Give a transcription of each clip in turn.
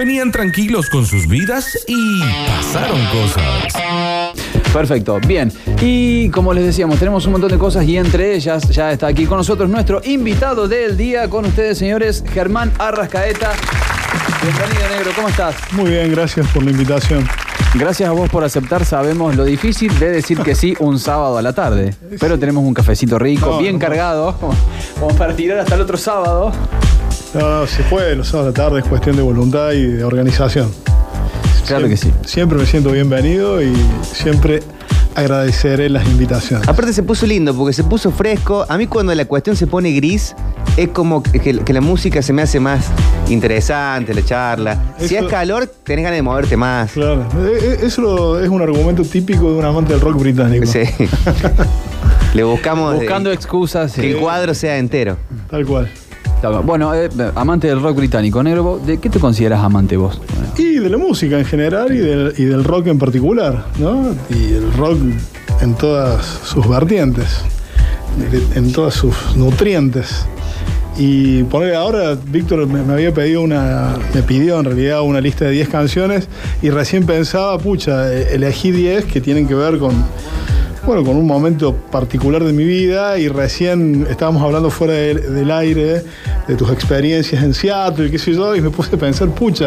venían tranquilos con sus vidas y pasaron cosas. Perfecto, bien. Y como les decíamos, tenemos un montón de cosas y entre ellas ya está aquí con nosotros nuestro invitado del día. Con ustedes, señores, Germán Arrascaeta. Bienvenido, negro, ¿cómo estás? Muy bien, gracias por la invitación. Gracias a vos por aceptar. Sabemos lo difícil de decir que sí un sábado a la tarde. Pero tenemos un cafecito rico, bien cargado, como para tirar hasta el otro sábado. No, se puede los sábados a la tarde, es cuestión de voluntad y de organización. Claro que sí. Siempre me siento bienvenido y siempre agradeceré las invitaciones. Aparte se puso lindo porque se puso fresco. A mí cuando la cuestión se pone gris es como que la música se me hace más interesante, la charla. Si es calor, tenés ganas de moverte más. Claro, eso es un argumento típico de un amante del rock británico. Sí. Le buscando excusas. Que el cuadro sea entero. Tal cual. Bueno, amante del rock británico, negro, ¿de qué te consideras amante vos? Bueno. Y de la música en general y del rock en particular, ¿no? Y el rock en todas sus vertientes, en todas sus nutrientes. Y poner ahora, Víctor me pidió en realidad una lista de 10 canciones y recién pensaba, elegí 10 que tienen que ver con un momento particular de mi vida y recién estábamos hablando fuera del aire de tus experiencias en Seattle, qué sé yo, y me puse a pensar,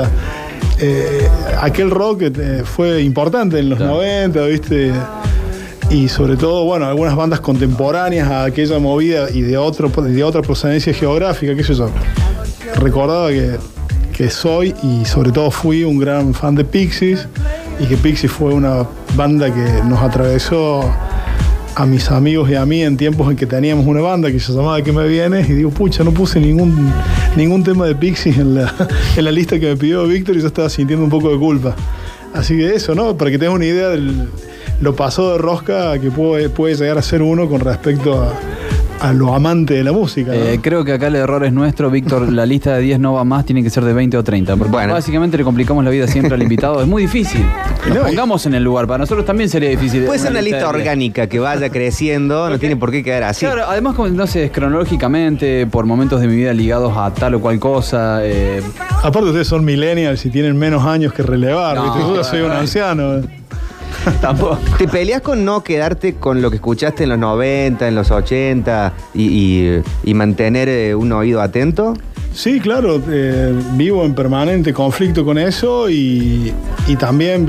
aquel rock fue importante en los 90, ¿viste? Y sobre todo, algunas bandas contemporáneas a aquella movida y de otra procedencia geográfica, qué sé yo. Recordaba que soy y sobre todo fui un gran fan de Pixies y que Pixies fue una banda que nos atravesó a mis amigos y a mí en tiempos en que teníamos una banda que se llamaba ¿Qué me vienes? Y digo, no puse ningún tema de Pixies en la lista que me pidió Víctor y yo estaba sintiendo un poco de culpa. Así que eso, ¿no? Para que tengas una idea de lo pasado de rosca que puede llegar a ser uno con respecto a lo amante de la música, ¿no? Creo que acá el error es nuestro, Víctor. La lista de 10 no va más, tiene que ser de 20 o 30. Porque básicamente le complicamos la vida siempre al invitado. Es muy difícil. Pongamos en el lugar. Para nosotros también sería difícil. Puede ser una lista orgánica que vaya creciendo, no tiene por qué quedar así. Claro, además, no sé, cronológicamente, por momentos de mi vida ligados a tal o cual cosa. Aparte, ustedes son millennials y tienen menos años que relevar. ¿Viste? Yo soy un anciano. Tampoco. ¿Te peleas con no quedarte con lo que escuchaste en los 90, en los 80 y mantener un oído atento? Sí, claro, vivo en permanente conflicto con eso y también,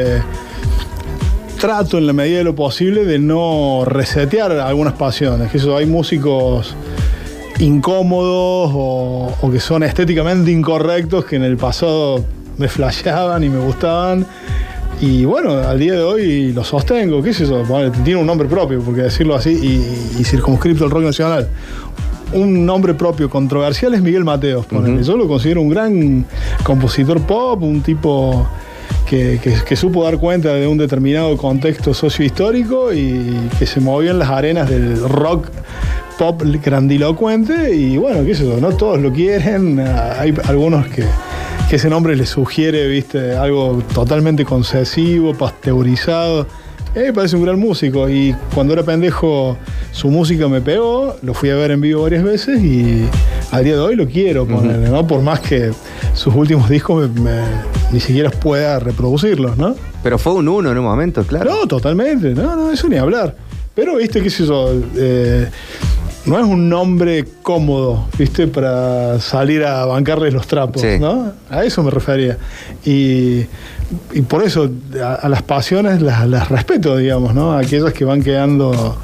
trato en la medida de lo posible de no resetear algunas pasiones. Que eso, hay músicos incómodos o que son estéticamente incorrectos que en el pasado me flasheaban y me gustaban. Y al día de hoy lo sostengo, qué sé yo, tiene un nombre propio, porque decirlo así, y circunscripto al rock nacional. Un nombre propio controversial es Miguel Mateos, ponele. Yo lo considero un gran compositor pop, un tipo que supo dar cuenta de un determinado contexto sociohistórico y que se movió en las arenas del rock pop grandilocuente y qué sé yo, no todos lo quieren, hay algunos que ese nombre les sugiere, algo totalmente concesivo, pasteurizado. Me parece un gran músico y cuando era pendejo su música me pegó, lo fui a ver en vivo varias veces y al día de hoy lo quiero ponerle, ¿no? Por más que sus últimos discos ni siquiera pueda reproducirlos, ¿no? Pero fue un uno en un momento, claro. No, totalmente, no, eso ni hablar. Pero, qué sé yo, no es un nombre cómodo, para salir a bancarles los trapos, sí. ¿No? A eso me refería. Y por eso a las pasiones las respeto, digamos, ¿no? Aquellas que van quedando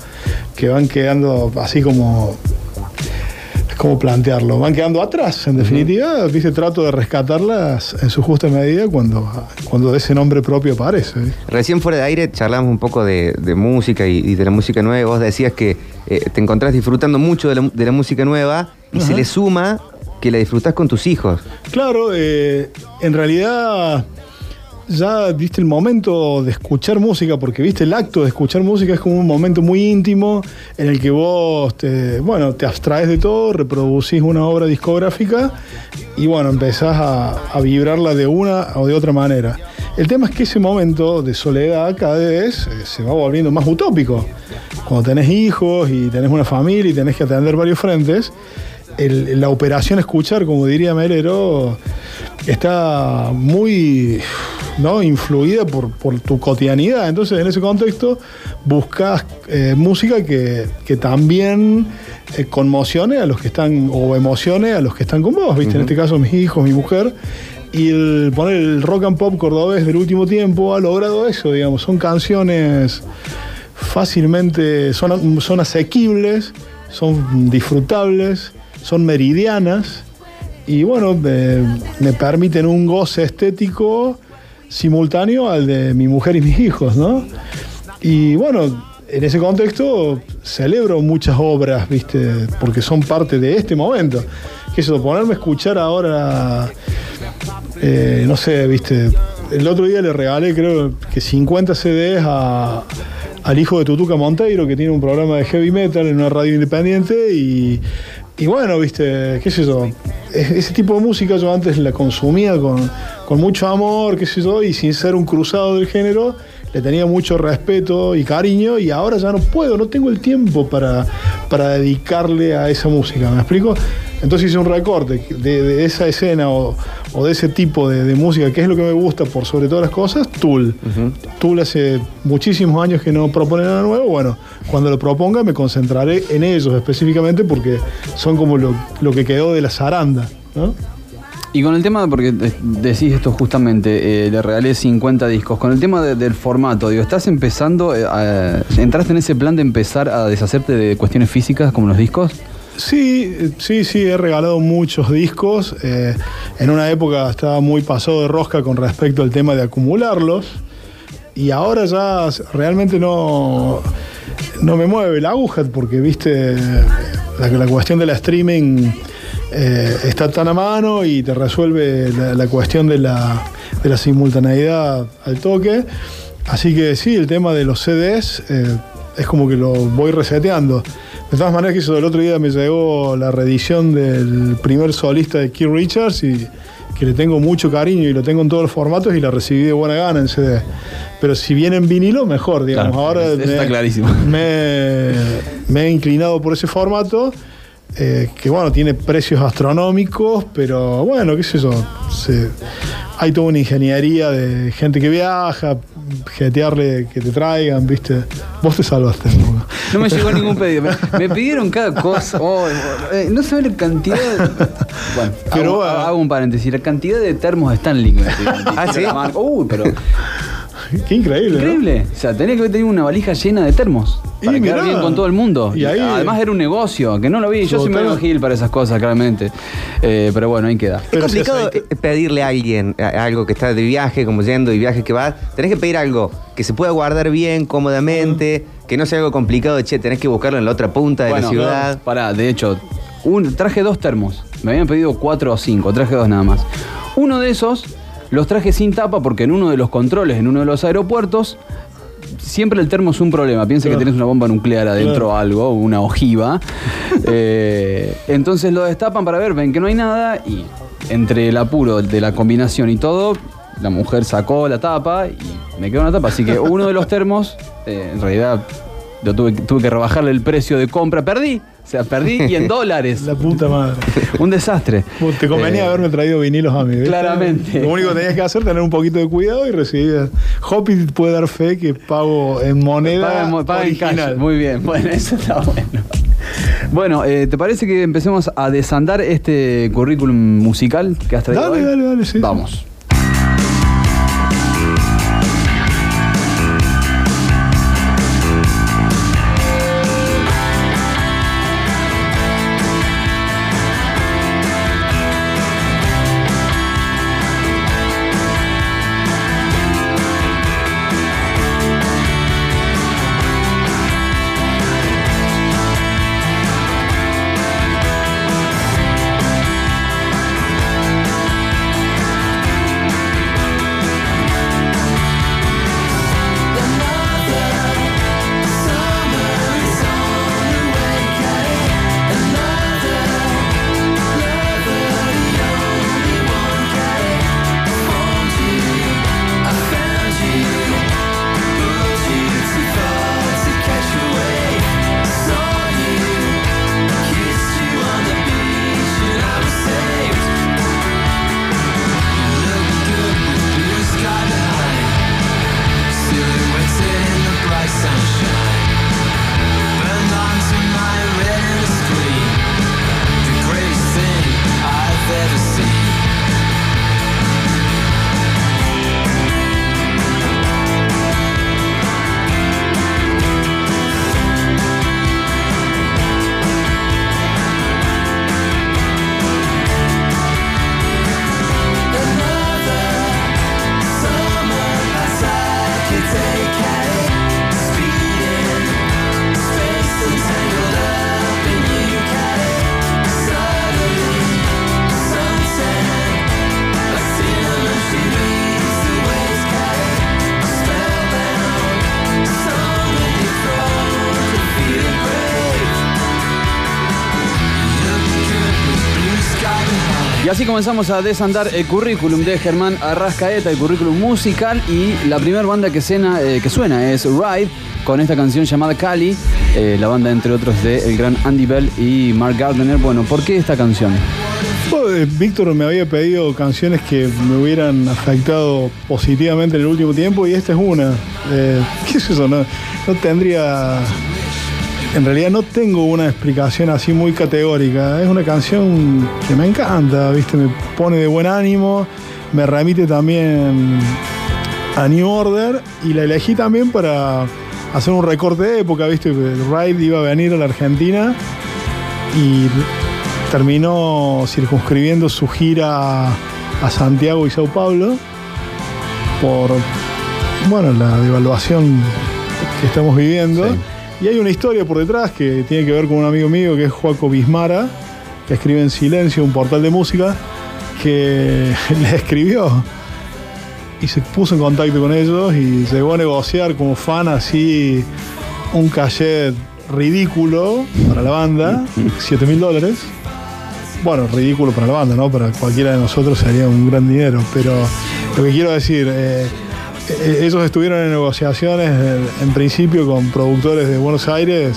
así como... ¿Cómo plantearlo? Van quedando atrás, en definitiva, trato de rescatarlas en su justa medida cuando ese nombre propio aparece. Recién fuera de aire charlamos un poco de música y de la música nueva. Vos decías que te encontrás disfrutando mucho de la música nueva y se le suma que la disfrutás con tus hijos. Claro, en realidad ya el momento de escuchar música, porque el acto de escuchar música es como un momento muy íntimo en el que vos te abstraes de todo, reproducís una obra discográfica y empezás a vibrarla de una o de otra manera. El tema es que ese momento de soledad cada vez se va volviendo más utópico. Cuando tenés hijos y tenés una familia y tenés que atender varios frentes, la operación escuchar, como diría Melero, está muy, ¿no?, influida por tu cotidianidad. Entonces, en ese contexto, buscas música que también conmocione a los que están, o emocione a los que están con vos, ¿viste? En este caso, mis hijos, mi mujer. Y poner el rock and pop cordobés del último tiempo ha logrado eso, digamos. Son canciones fácilmente, son asequibles, son disfrutables, son meridianas y bueno, me permiten un goce estético simultáneo al de mi mujer y mis hijos, ¿no? Y bueno, en ese contexto celebro muchas obras, ¿viste? Porque son parte de este momento. Que eso, ponerme a escuchar ahora, no sé, ¿viste? El otro día le regalé, creo que 50 CDs al hijo de Tutuca Monteiro, que tiene un programa de heavy metal en una radio independiente y bueno, ¿viste? ¿Qué sé yo? Ese tipo de música yo antes la consumía con mucho amor, qué sé yo, y sin ser un cruzado del género, le tenía mucho respeto y cariño, y ahora ya no puedo, no tengo el tiempo para dedicarle a esa música, ¿me explico? Entonces hice un recorte de esa escena o de ese tipo de música, que es lo que me gusta por sobre todas las cosas, Tool. Tool hace muchísimos años que no propone nada nuevo. Bueno, cuando lo proponga me concentraré en ellos específicamente porque son como lo que quedó de la zaranda, ¿no? Y con el tema, porque decís esto justamente, le regalé 50 discos, con el tema del formato, digo, ¿estás empezando, entraste en ese plan de empezar a deshacerte de cuestiones físicas como los discos? Sí, he regalado muchos discos. En una época estaba muy pasado de rosca con respecto al tema de acumularlos. Y ahora ya realmente no me mueve la aguja porque, viste, la cuestión de la streaming está tan a mano y te resuelve la cuestión de la simultaneidad al toque. Así que sí, el tema de los CDs es como que lo voy reseteando. De todas maneras, que eso, el otro día me llegó la reedición del primer solista de Keith Richards y que le tengo mucho cariño y lo tengo en todos los formatos y la recibí de buena gana en CD. Pero si viene en vinilo, mejor, digamos. Claro, ahora está clarísimo. Me he inclinado por ese formato, que bueno, tiene precios astronómicos, pero bueno, qué sé yo, hay toda una ingeniería de gente que viaja, jetearle que te traigan, ¿viste? Vos te salvaste. No me llegó ningún pedido. Me pidieron cada cosa. No sabés la cantidad de... Bueno, pero hago un paréntesis. La cantidad de termos de Stanley. ¿Ah, sí? Pero... Qué increíble. Increíble. ¿No? O sea, tenía que tener una valija llena de termos para quedar bien con todo el mundo. Y ahí, además era un negocio, que no lo vi. Yo soy medio gil para esas cosas, claramente. Pero bueno, ahí queda. Es complicado pedirle a alguien algo que está de viaje, como yendo y viaje que va. Tenés que pedir algo que se pueda guardar bien, cómodamente, que no sea algo complicado. Che, tenés que buscarlo en la otra punta de la ciudad. Pará, de hecho, traje 2 termos. Me habían pedido 4 o 5, traje 2 nada más. Uno de esos los traje sin tapa porque en uno de los controles, en uno de los aeropuertos, siempre el termo es un problema. Piensa que tenés una bomba nuclear adentro o algo, una ojiva. Entonces lo destapan para ver, ven que no hay nada y entre el apuro de la combinación y todo, la mujer sacó la tapa y me quedó una tapa. Así que uno de los termos, en realidad tuve que rebajarle el precio de compra. Perdí y en dólares. La puta madre. Un desastre. Te convenía haberme traído vinilos a mí, ¿ves? Claramente. Lo único que tenías que hacer es tener un poquito de cuidado y recibir. Hopi puede dar fe que pago en moneda paga original. En cash. Muy bien, bueno, eso está bueno. Bueno, ¿te parece que empecemos a desandar este currículum musical que has traído hoy? Dale, sí. Vamos. así comenzamos a desandar el currículum de Germán Arrascaeta, el currículum musical, y la primera banda que suena es Ride, con esta canción llamada Cali, la banda entre otros de el gran Andy Bell y Mark Gardner. Bueno, ¿por qué esta canción? Víctor me había pedido canciones que me hubieran afectado positivamente en el último tiempo y esta es una. ¿Qué es eso? No tendría... En realidad no tengo una explicación así muy categórica. Es una canción que me encanta, ¿viste? Me pone de buen ánimo, me remite también a New Order y la elegí también para hacer un recorte de época, ¿viste? El Ride iba a venir a la Argentina y terminó circunscribiendo su gira a Santiago y Sao Paulo por, bueno, la devaluación que estamos viviendo. Sí. Y hay una historia por detrás que tiene que ver con un amigo mío que es Joaco Bismara, que escribe en Silencio, un portal de música, que le escribió y se puso en contacto con ellos y llegó a negociar como fan así un cachet ridículo para la banda, $7.000. Bueno, ridículo para la banda, ¿no? Para cualquiera de nosotros sería un gran dinero, pero lo que quiero decir... ellos estuvieron en negociaciones en principio con productores de Buenos Aires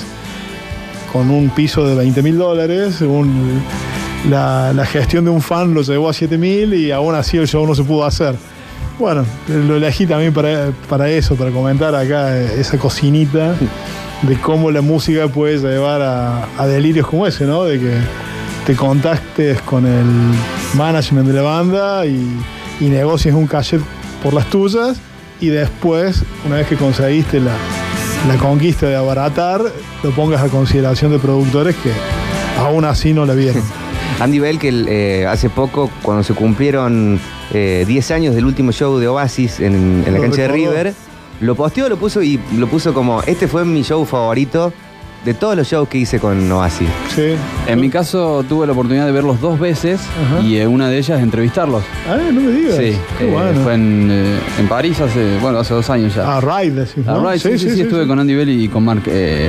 con un piso de $20.000. Según la gestión de un fan lo llevó a $7.000 y aún así el show no se pudo hacer. Bueno, lo elegí también para eso, para comentar acá esa cocinita de cómo la música puede llevar a delirios como ese, ¿no? De que te contactes con el management de la banda y negocies un cachet por las tuyas. Y después, una vez que conseguiste la conquista de abaratar, lo pongas a consideración de productores que aún así no la vieron. Andy Bell, que hace poco, cuando se cumplieron 10 años del último show de Oasis en la cancha de River, lo posteó, lo puso como, este fue mi show favorito de todos los shows que hice con Oasis. Sí. En mi caso tuve la oportunidad de verlos 2 veces. Ajá. Y una de ellas entrevistarlos. Ah, no me digas. Sí, bueno. Fue en París hace 2 años ya. Ride, decís, ¿no? Ride, sí, estuve con Andy Bell y con Mark.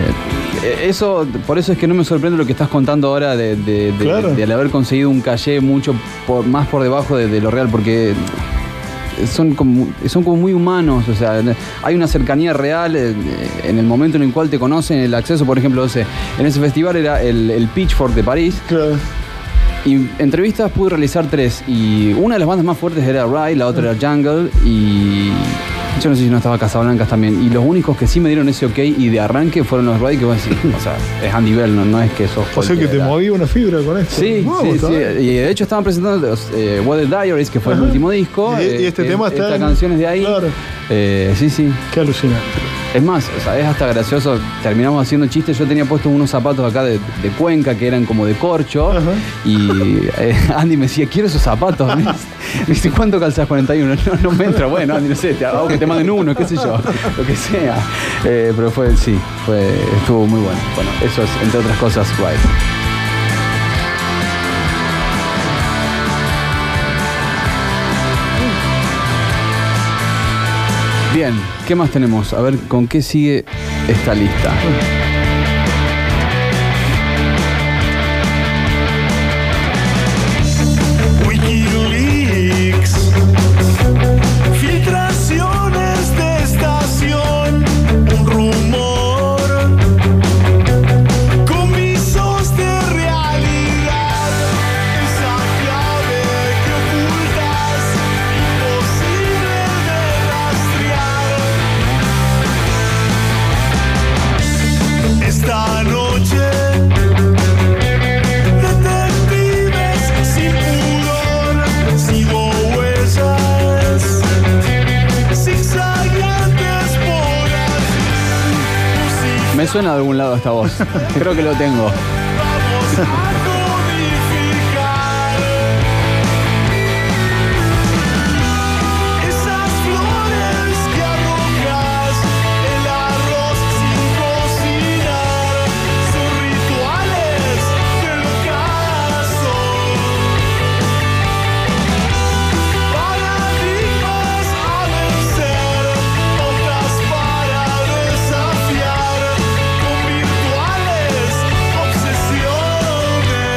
Por eso es que no me sorprende lo que estás contando ahora de haber conseguido un caché mucho más por debajo de lo real, porque son como muy humanos, o sea, hay una cercanía real en el momento en el cual te conocen, el acceso, por ejemplo, en ese festival era el Pitchfork de París. Claro. Y entrevistas pude realizar 3, y una de las bandas más fuertes era Ride, la otra era Jungle, y yo no sé si no estaba Casablancas también, y los únicos que sí me dieron ese ok y de arranque fueron los Ride, que vos decís, o sea, es Andy Bell, no es que sos o sea que te movía una fibra con esto. Sí, sí. Y de hecho estaban presentando Weather Diaries, que fue el último disco. Y este tema está esta canción es de ahí. Claro. Sí. Qué alucinante. Es más, o sea, es hasta gracioso. Terminamos haciendo chistes. Yo tenía puesto unos zapatos acá de Cuenca que eran como de corcho. Ajá. Y Andy me decía, quiero esos zapatos. Me dice, ¿cuánto calzas? 41. No me entra. Bueno, Andy, no sé, te hago que te manden uno, qué sé yo, lo que sea. Pero estuvo muy bueno. Bueno, eso es, entre otras cosas, Ride. Bien, ¿qué más tenemos? A ver, ¿con qué sigue esta lista? Wikileaks, filtraciones de estación, un rumor, con visos de realidad, esa clave que ocultas, imposible de rastrear. Esta noche, detectives sin pudor, sigo huellas, zigzagueantes por allí. Me suena de algún lado esta voz. Creo que lo tengo. Vamos a codificar esas flores que arrojas, el arroz sin cocinar, son rituales del ocaso, paradigmas a vencer, pautas para desafiar, con virtuales obsesiones.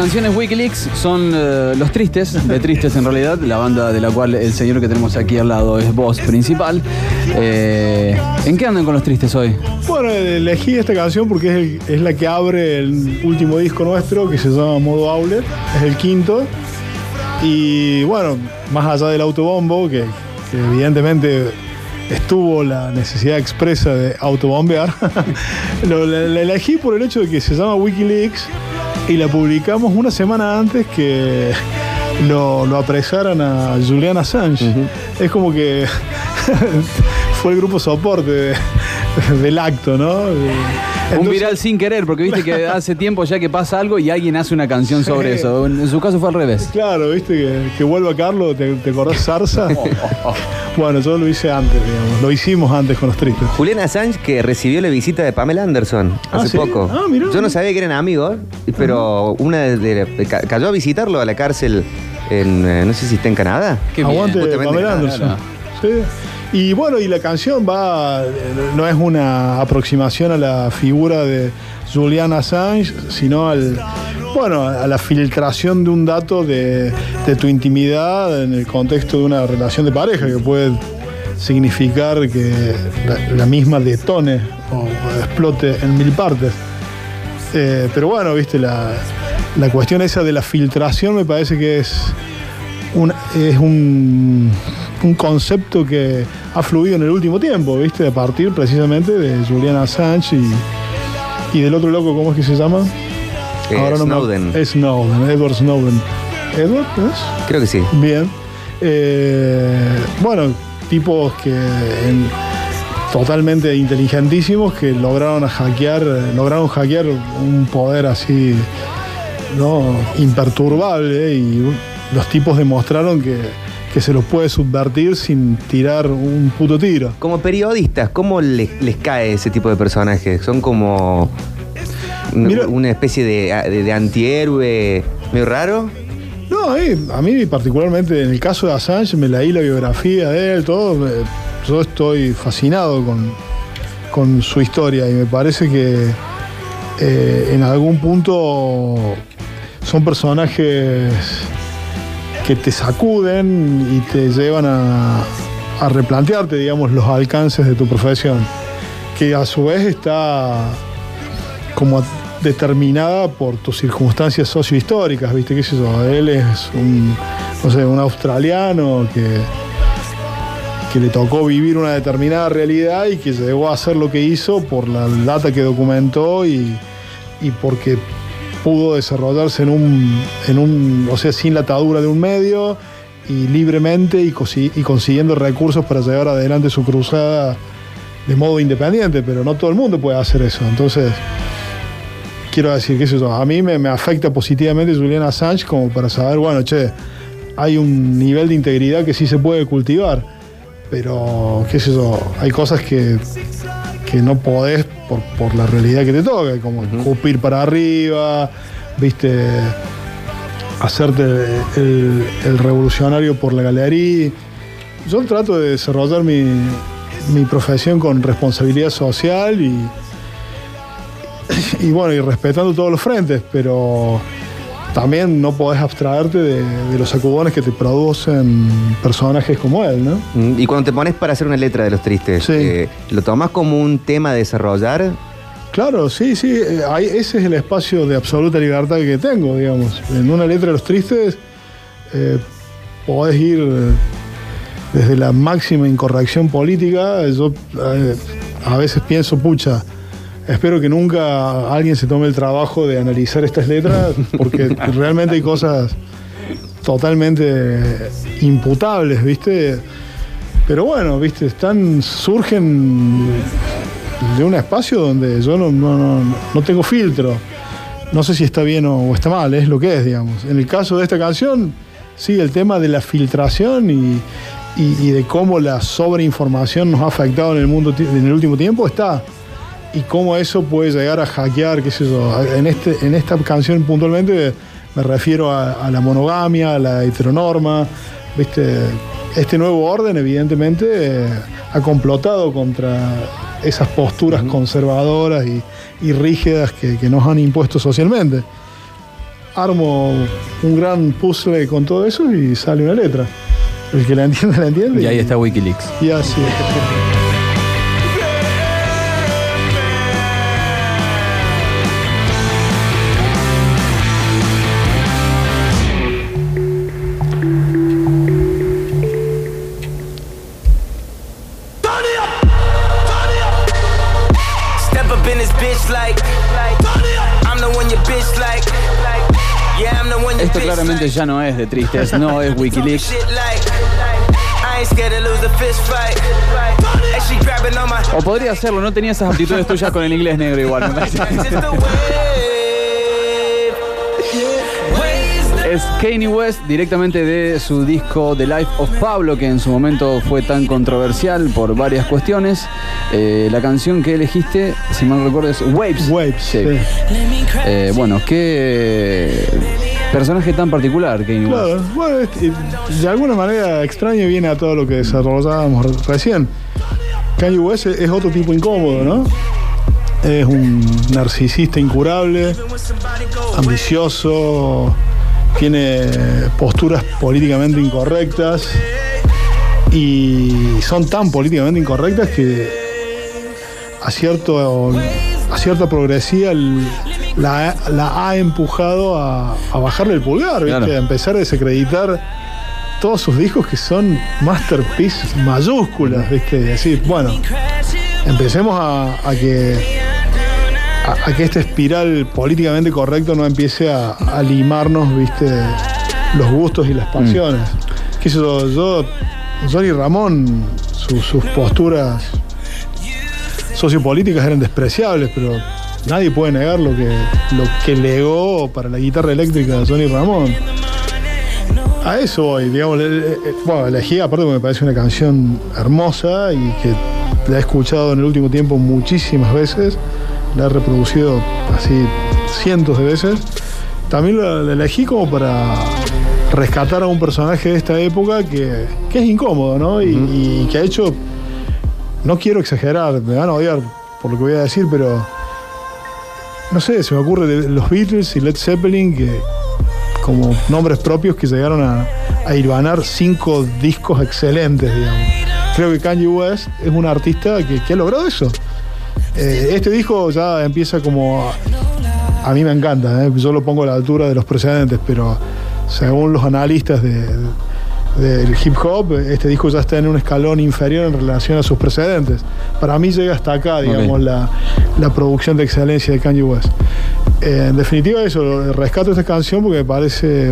canciones Wikileaks son Los Tristes, de Tristes en realidad, la banda de la cual el señor que tenemos aquí al lado es voz principal. ¿En qué andan con Los Tristes hoy? Bueno, elegí esta canción porque es la que abre el último disco nuestro, que se llama Modo Outlet, es el quinto. Y bueno, más allá del autobombo, que evidentemente estuvo la necesidad expresa de autobombear, la elegí por el hecho de que se llama Wikileaks y la publicamos una semana antes que lo apresaran a Julian Assange. Es como que fue el grupo soporte del acto, ¿no? Un viral sin querer, porque viste que hace tiempo ya que pasa algo y alguien hace una canción sobre eso. En su caso fue al revés. Claro, viste que vuelva Carlos, ¿te acordás Zarza? Bueno, yo lo hice antes, digamos. Lo hicimos antes con Los Tristes. Julian Assange, que recibió la visita de Pamela Anderson hace ¿sí? poco. Mirá. Yo no sabía que eran amigos, pero cayó a visitarlo a la cárcel en, no sé si está en Canadá. Qué bien. Aguante Justamente Pamela Canadá. Anderson. Sí. Y bueno, y la canción no es una aproximación a la figura de Julian Assange, sino a la filtración de un dato de tu intimidad en el contexto de una relación de pareja, que puede significar que la misma detone o explote en mil partes. Pero bueno, viste, la cuestión esa de la filtración me parece que es un concepto que ha fluido en el último tiempo, ¿viste? A partir precisamente de Julian Assange y del otro loco, ¿cómo es que se llama? Snowden. Snowden, Edward Snowden. ¿Edward? ¿Es? Creo que sí. Bien. Bueno, tipos que totalmente inteligentísimos que lograron hackear un poder así, ¿no? Imperturbable, y los tipos demostraron que se los puede subvertir sin tirar un puto tiro. Como periodistas, ¿cómo les cae ese tipo de personajes? Son como una especie de antihéroe medio raro. No, a mí particularmente en el caso de Assange me leí la biografía de él, todo. Yo estoy fascinado con su historia y me parece que en algún punto son personajes que te sacuden y te llevan a replantearte, digamos, los alcances de tu profesión, que a su vez está como determinada por tus circunstancias sociohistóricas, ¿viste? ¿Qué sé yo? Él es un australiano que le tocó vivir una determinada realidad y que llegó a hacer lo que hizo por la data que documentó y porque pudo desarrollarse sin la atadura de un medio y libremente y consiguiendo recursos para llevar adelante su cruzada de modo independiente, pero no todo el mundo puede hacer eso. Entonces, quiero decir que eso a mí me afecta positivamente Julian Assange como para saber, bueno, hay un nivel de integridad que sí se puede cultivar, pero qué sé yo, hay cosas que no podés por la realidad que te toca, como escupir para arriba, viste, hacerte el revolucionario por la galería. Yo trato de desarrollar mi profesión con responsabilidad social y bueno, y respetando todos los frentes, pero también no podés abstraerte de los sacudones que te producen personajes como él, ¿no? Y cuando te pones para hacer una letra de Los Tristes, Sí. ¿lo tomás como un tema a desarrollar? Claro, sí, ese es el espacio de absoluta libertad que tengo, digamos. En una letra de Los Tristes podés ir desde la máxima incorrección política. Yo a veces pienso, pucha, espero que nunca alguien se tome el trabajo de analizar estas letras, porque realmente hay cosas totalmente imputables, ¿viste? Pero bueno, ¿viste? Surgen de un espacio donde yo no tengo filtro. No sé si está bien o está mal, es lo que es, digamos. En el caso de esta canción, sí, el tema de la filtración y de cómo la sobreinformación nos ha afectado en el mundo en el último tiempo está. Y cómo eso puede llegar a hackear, qué sé yo. En esta canción puntualmente me refiero a la monogamia, a la heteronorma, ¿viste? Este nuevo orden evidentemente ha complotado contra esas posturas conservadoras y rígidas que nos han impuesto socialmente. armo un gran puzzle con todo eso y sale una letra. El que la entiende, la entiende. Y ahí está Wikileaks. Y así. Step up in this bitch like I'm the one your bitch like. Yeah, I'm the one your Esto bitch claramente like. ya no es de Tristes, no es Wikileaks. Shit like I ain't scared to lose a fist fight. And she grabbing on my O podría hacerlo, no tenía esas aptitudes tuyas con el inglés negro igual, me parece. Just the wave. Es Kanye West directamente de su disco The Life of Pablo, que en su momento fue tan controversial por varias cuestiones. La canción que elegiste, si mal no recuerdo, es Waves. Waves, Sí. sí. Bueno, qué personaje tan particular, Kanye West. Claro, bueno, de alguna manera extraño viene a todo lo que desarrollábamos recién. Kanye West es otro tipo incómodo, ¿no? Es un narcisista incurable, ambicioso, tiene posturas políticamente incorrectas y son tan políticamente incorrectas que a cierta progresía la ha empujado a bajarle el pulgar, ¿viste? Claro. A empezar a desacreditar todos sus discos que son masterpiece mayúsculas, ¿viste? Y decir, bueno, empecemos a que esta espiral políticamente correcto no empiece a limarnos, ¿viste? Los gustos y las pasiones. Que yo Johnny Ramón, sus posturas sociopolíticas eran despreciables, pero nadie puede negar lo que legó para la guitarra eléctrica de Johnny Ramón. A eso voy, digamos. Bueno, elegí, aparte porque me parece una canción hermosa y que la he escuchado en el último tiempo muchísimas veces. La he reproducido así cientos de veces. También la elegí como para rescatar a un personaje de esta época que es incómodo, ¿no? Y que ha hecho... No quiero exagerar, me van a odiar por lo que voy a decir, pero... No sé, se me ocurre de los Beatles y Led Zeppelin, que como nombres propios que llegaron a hilvanar 5 discos excelentes, digamos. Creo que Kanye West es un artista que ha logrado eso. Este disco ya empieza como... A mí me encanta, yo lo pongo a la altura de los precedentes, pero según los analistas del hip hop, este disco ya está en un escalón inferior en relación a sus precedentes. Para mí llega hasta acá, digamos, la producción de excelencia de Kanye West. En definitiva, eso, rescato esta canción porque me parece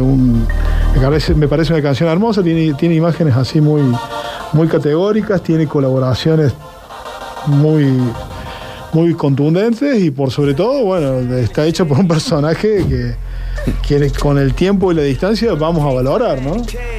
una canción hermosa, tiene imágenes así muy, muy categóricas, tiene colaboraciones muy contundentes y por sobre todo, bueno, está hecha por un personaje que con el tiempo y la distancia vamos a valorar, ¿no?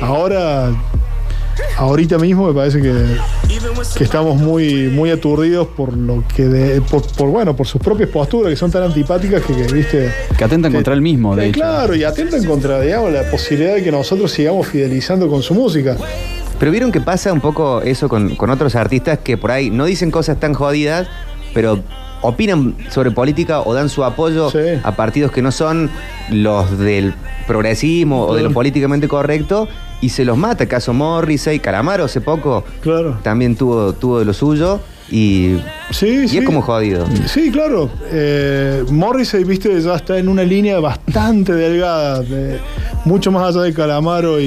Ahorita mismo me parece que estamos muy aturdidos por lo que por sus propias posturas que son tan antipáticas que viste, Que atentan contra él mismo, de hecho. claro, y atentan contra, digamos, la posibilidad de que nosotros sigamos fidelizando con su música. Pero vieron que pasa un poco eso con otros artistas que por ahí no dicen cosas tan jodidas, pero opinan sobre política o dan su apoyo Sí. a partidos que no son los del progresismo o de lo políticamente correcto y se los mata. Caso Morrissey, Calamaro hace poco Claro. también tuvo de lo suyo y Sí. es como jodido. Sí, claro. Morrissey, viste, ya está en una línea bastante delgada, mucho más allá de Calamaro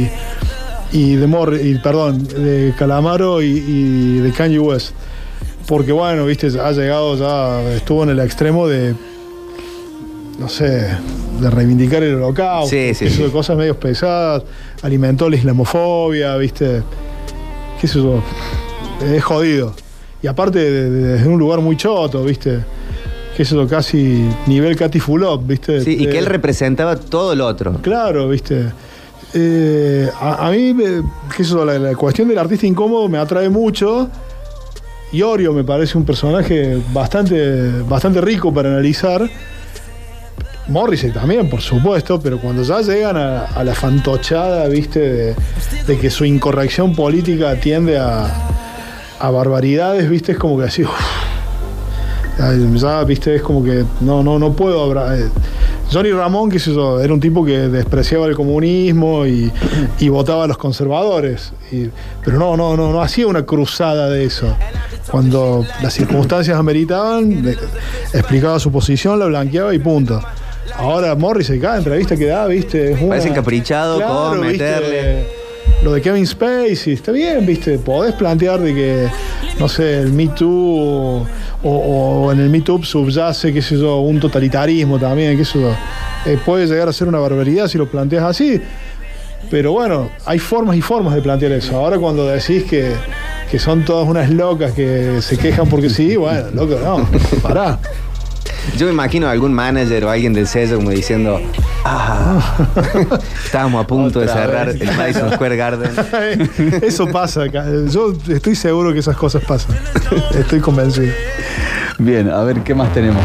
de Calamaro y de Kanye West. Porque bueno, viste, estuvo en el extremo de, no sé, de reivindicar el holocausto, Sí. hizo cosas medio pesadas, alimentó la islamofobia, viste, qué sé yo, es jodido. Y aparte desde un lugar muy choto, viste, qué sé yo, casi nivel Katy Fulop, viste. Sí, y que él representaba todo lo otro. Claro, viste. A mí, qué sé yo, la cuestión del artista incómodo me atrae mucho. Iorio me parece un personaje bastante rico para analizar. Morrissey también, por supuesto, pero cuando ya llegan a la fantochada, viste, de que su incorrección política tiende a barbaridades, viste, es como que así, ya, viste, es como que no puedo hablar. Johnny Ramón, qué sé yo, era un tipo que despreciaba el comunismo y votaba a los conservadores. Pero no hacía una cruzada de eso. Cuando las circunstancias ameritaban, explicaba su posición, la blanqueaba y punto. Ahora Morrissey, cada entrevista que da, viste, es Parece encaprichado, claro, con meterle. ¿viste? Lo de Kevin Spacey, está bien, viste, podés plantear de que, no sé, el Me Too o en el Me Too subyace, qué sé yo, un totalitarismo también, qué sé yo. Puede llegar a ser una barbaridad si lo planteas así, pero bueno, hay formas y formas de plantear eso. Ahora cuando decís que son todas unas locas que se quejan porque sí, bueno, loco, no, pará. Yo me imagino a algún manager o alguien del sello como diciendo, estábamos a punto de cerrar el Madison Square Garden. Eso pasa acá. Yo estoy seguro que esas cosas pasan. Estoy convencido. Bien, a ver, ¿qué más tenemos?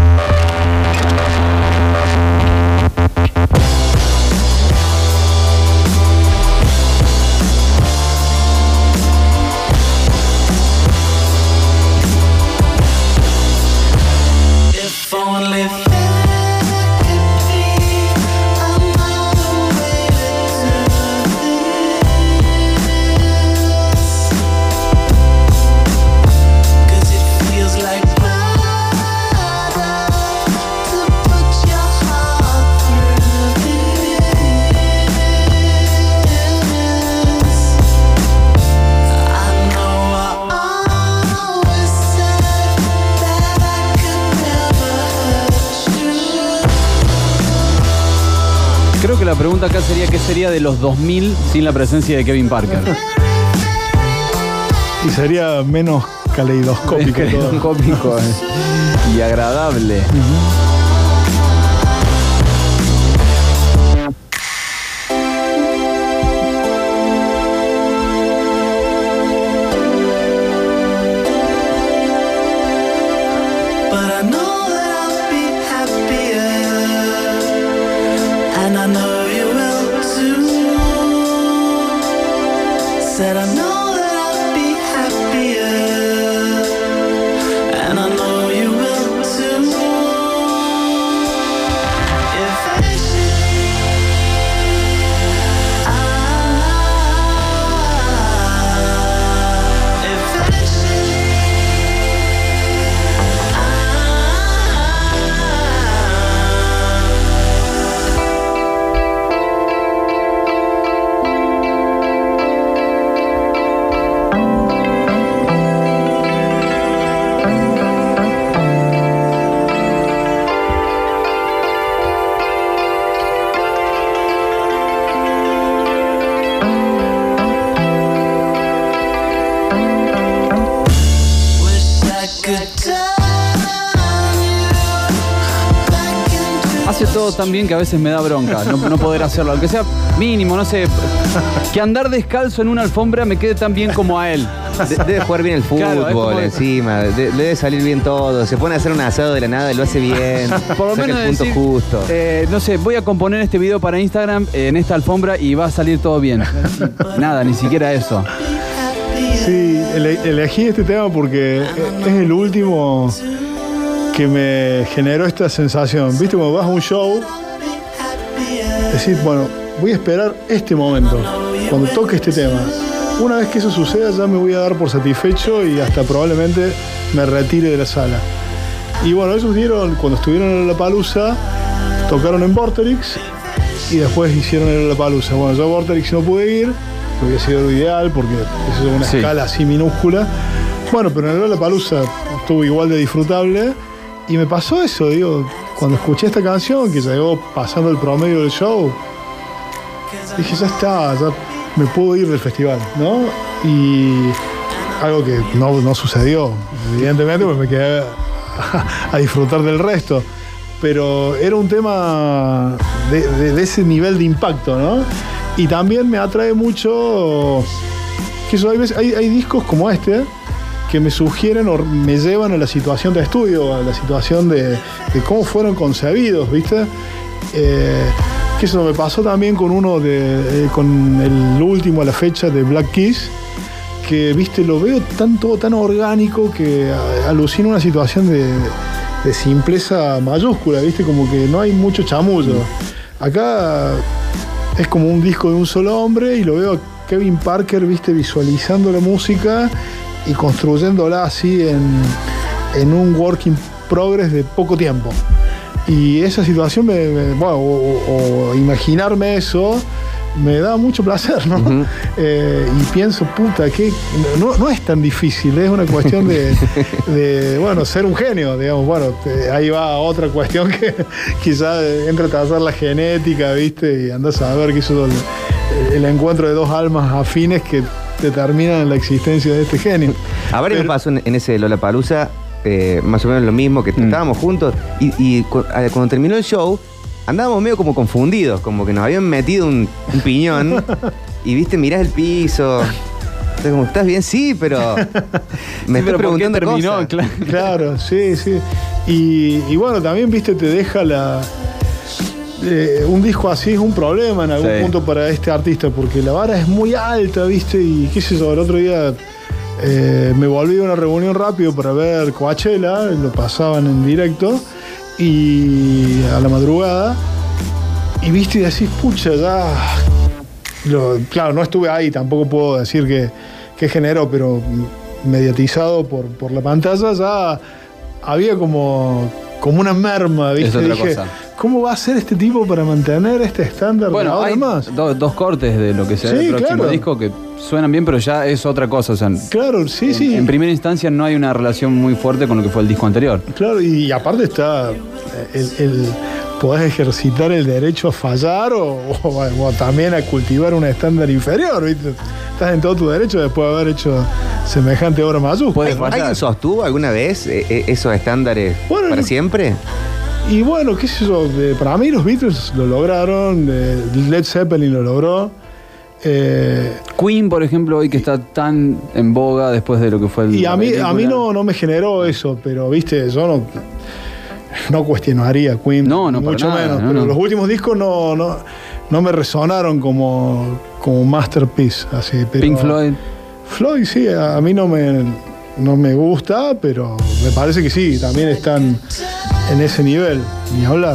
Creo que la pregunta acá sería ¿qué sería de los 2000 sin la presencia de Kevin Parker? Y sería menos caleidoscópico. Caleidoscópico y agradable. Said I know that I'll be happier, and I know you will too. Eventually, Hace todo tan bien que a veces me da bronca no poder hacerlo, aunque sea mínimo, no sé, que andar descalzo en una alfombra me quede tan bien como a él. Debe jugar bien el fútbol, claro, encima, debe salir bien todo, se pone a hacer un asado de la nada y lo hace bien, por lo menos saca el punto decir, justo. No sé, voy a componer este video para Instagram en esta alfombra y va a salir todo bien. Nada, ni siquiera eso. Sí, elegí este tema porque es el último que me generó esta sensación. ¿Viste? Cuando vas a un show, decís, bueno, voy a esperar este momento, cuando toque este tema. Una vez que eso suceda, ya me voy a dar por satisfecho y hasta probablemente me retire de la sala. Y bueno, ellos dieron, cuando estuvieron en Lollapalooza, tocaron en Vorterix y después hicieron el Lollapalooza. Bueno, yo a Vorterix no pude ir, que hubiera sido lo ideal porque eso es una escala así minúscula. Bueno, pero en el Lollapalooza estuvo igual de disfrutable. Y me pasó eso, digo, cuando escuché esta canción, que llegó pasando el promedio del show, dije, ya está, ya me puedo ir del festival, ¿no? Y algo que no sucedió, evidentemente, pues me quedé a disfrutar del resto. Pero era un tema de ese nivel de impacto, ¿no? Y también me atrae mucho que eso, hay discos como este que me sugieren o me llevan a la situación de estudio, a la situación de cómo fueron concebidos, ¿viste? Que eso me pasó también con con el último a la fecha de Black Keys, que, ¿viste? Lo veo todo tan orgánico que alucino una situación de simpleza mayúscula, ¿viste? Como que no hay mucho chamullo. Acá es como un disco de un solo hombre y lo veo a Kevin Parker, ¿viste? Visualizando la música y construyéndola así en un work in progress de poco tiempo. Y esa situación, o imaginarme eso, me da mucho placer, ¿no? Ujú. Y pienso, puta, que no es tan difícil, es una cuestión de ser un genio, digamos. Bueno, ahí va otra cuestión que quizás entra a trazar la genética, ¿viste? Y andás a ver que eso es el encuentro de dos almas afines que determinan la existencia de este genio. A ver, me pasó en ese Lollapalooza más o menos lo mismo, que estábamos juntos y cuando terminó el show andábamos medio como confundidos, como que nos habían metido un piñón y viste, mirás el piso. Entonces, como, ¿estás bien? Sí, pero me estoy preguntando terminó, cosas. Claro, sí. Y bueno, también, viste, te deja un disco así es un problema en algún punto para este artista, porque la vara es muy alta, viste, y qué sé yo, el otro día me volví a una reunión rápido para ver Coachella, lo pasaban en directo, y a la madrugada, y viste, y decís, pucha, ya... claro, no estuve ahí, tampoco puedo decir que generó, pero mediatizado por la pantalla, ya había como una merma, ¿viste? Es otra Dije, cosa. ¿cómo va a ser este tipo para mantener este estándar Bueno, ahora hay más? dos cortes de lo que será Sí, el próximo claro. disco que suenan bien, pero ya es otra cosa. O sea, Claro, sí. en primera instancia no hay una relación muy fuerte con lo que fue el disco anterior. Claro, y aparte está podés ejercitar el derecho a fallar o también a cultivar un estándar inferior, ¿viste? Estás en todo tu derecho después de haber hecho semejante obra mayúscula. Puede fallar. ¿Alguien sostuvo alguna vez esos estándares Bueno, para siempre? Y bueno, qué sé yo, para mí los Beatles lo lograron, Led Zeppelin lo logró. Queen, por ejemplo, hoy que está tan en boga después de lo que fue el. Y a mí película. no me generó eso, pero viste, yo no cuestionaría Queen, No, para mucho nada, menos. no, Pero no. los últimos discos no me resonaron como masterpiece, así. Pero Pink Floyd. Floyd sí, a mí no me gusta, pero me parece que sí, también están en ese nivel, ni hablar.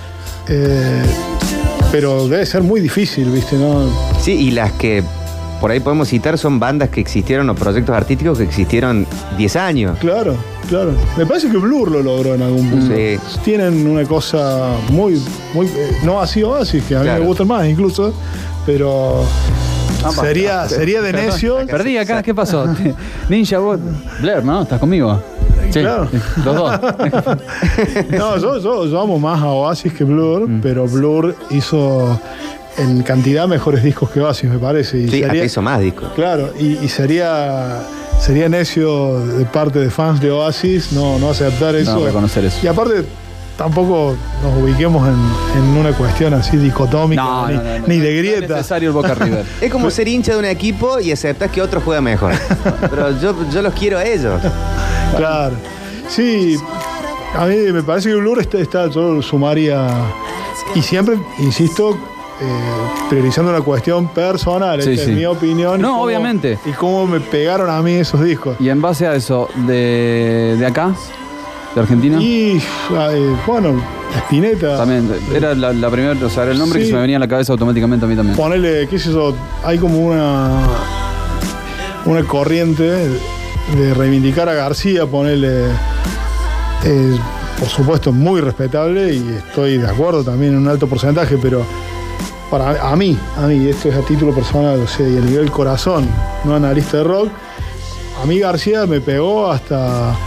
Pero debe ser muy difícil, ¿viste? ¿No? Sí, y las que por ahí podemos citar son bandas que existieron o proyectos artísticos que existieron 10 años. Claro. Me parece que Blur lo logró en algún punto. Sí. Tienen una cosa muy no así Oasis, que a mí Claro. me gustan más incluso, pero sería de necio. Perdí acá, ¿qué pasó? Ninja Bot. Blair, ¿no? ¿Estás conmigo? Sí, Claro. los dos. No, yo amo más a Oasis que Blur, pero Blur hizo en cantidad mejores discos que Oasis, me parece. Y Sí, hasta hizo más discos. Claro, y sería necio de parte de fans de Oasis no aceptar eso. No reconocer eso. Y aparte, tampoco nos ubiquemos en una cuestión así dicotómica, ni de No es grieta. necesario el Boca River. Es como ser hincha de un equipo y aceptas que otro juega mejor. Pero yo los quiero a ellos. Claro. Sí, a mí me parece que Blur está yo lo sumaría, y siempre, insisto, priorizando una cuestión personal. Sí, Esta sí. es mi opinión. No, y cómo- obviamente. Y cómo me pegaron a mí esos discos. Y en base a eso, de acá, de Argentina, Y bueno, Spinetta. también era la primera, o sea, era el nombre Sí. que se me venía a la cabeza automáticamente a mí también. Ponele, qué sé yo, hay como una corriente de reivindicar a García, ponele, por supuesto, muy respetable, y estoy de acuerdo también en un alto porcentaje, pero a mí, esto es a título personal, o sea, y a nivel corazón, no analista de rock, a mí García me pegó hasta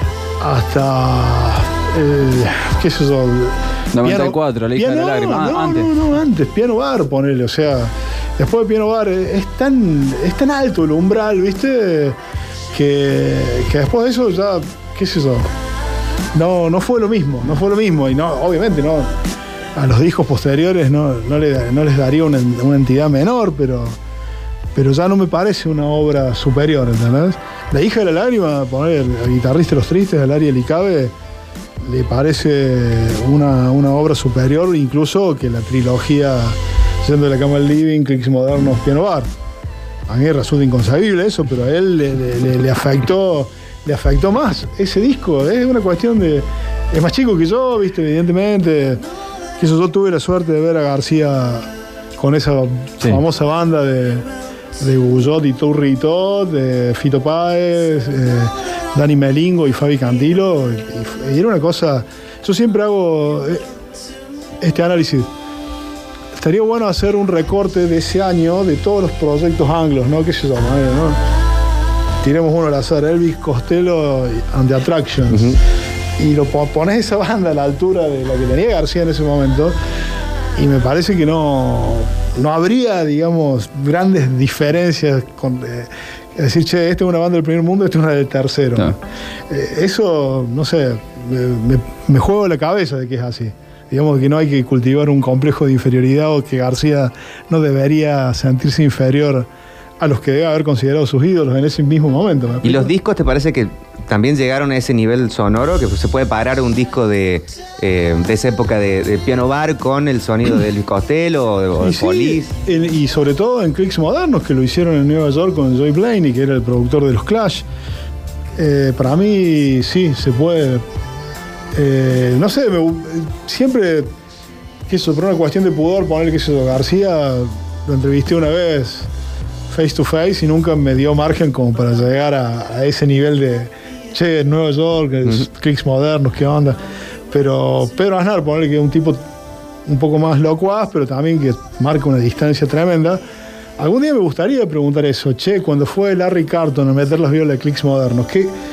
qué sé yo, 94, la hija de la lágrima. Antes. no, antes, Piano Bar, ponele, o sea, después de Piano Bar es tan alto el umbral, ¿viste? Que después de eso ya, qué sé yo, no fue lo mismo, y no, obviamente no, a los discos posteriores no les daría una entidad menor, pero ya no me parece una obra superior, ¿entendés? La hija de la lágrima, poner el guitarrista de Los Tristes, el Ariel Icabe, le parece una obra superior incluso que la trilogía Yendo de la cama al living, Clics modernos, Piano Bar. A mí me resulta inconcebible eso, pero a él le afectó más ese disco. Es una cuestión de es más chico que yo, viste, evidentemente. Que yo tuve la suerte de ver a García con esa famosa banda de Bullot y Turri y Todd, de Fito Páez, Dani Melingo y Fabi Cantilo. Y era una cosa. Yo siempre hago este análisis. Estaría bueno hacer un recorte de ese año de todos los proyectos anglos, ¿no? ¿Qué se llama? ¿No? Tiremos uno al azar, Elvis Costello and the Attractions. Y lo pones esa banda a la altura de la que tenía García en ese momento, y me parece que no habría, digamos, grandes diferencias con es decir, che, esta es una banda del primer mundo, esta es una del tercero. No. Eso, no sé, me juego la cabeza de que es así. Digamos que no hay que cultivar un complejo de inferioridad, o que García no debería sentirse inferior a los que debe haber considerado sus ídolos en ese mismo momento. ¿Y los discos te parece que también llegaron a ese nivel sonoro? Que se puede parar un disco de esa época de Piano Bar con el sonido de Elvis Costello o de Police. Y sobre todo en Clicks Modernos, que lo hicieron en Nueva York con Joy Blaney, que era el productor de los Clash. Para mí sí, se puede. No sé, siempre, que eso, por una cuestión de pudor, poner que eso, García lo entrevisté una vez face to face y nunca me dio margen como para llegar a ese nivel de che, Nueva York, Clicks Modernos, qué onda. Pero Pedro Aznar, ponerle que es un tipo un poco más locuaz, pero también que marca una distancia tremenda. Algún día me gustaría preguntar eso, che, cuando fue Larry Carlton a meter las violas de Clicks Modernos,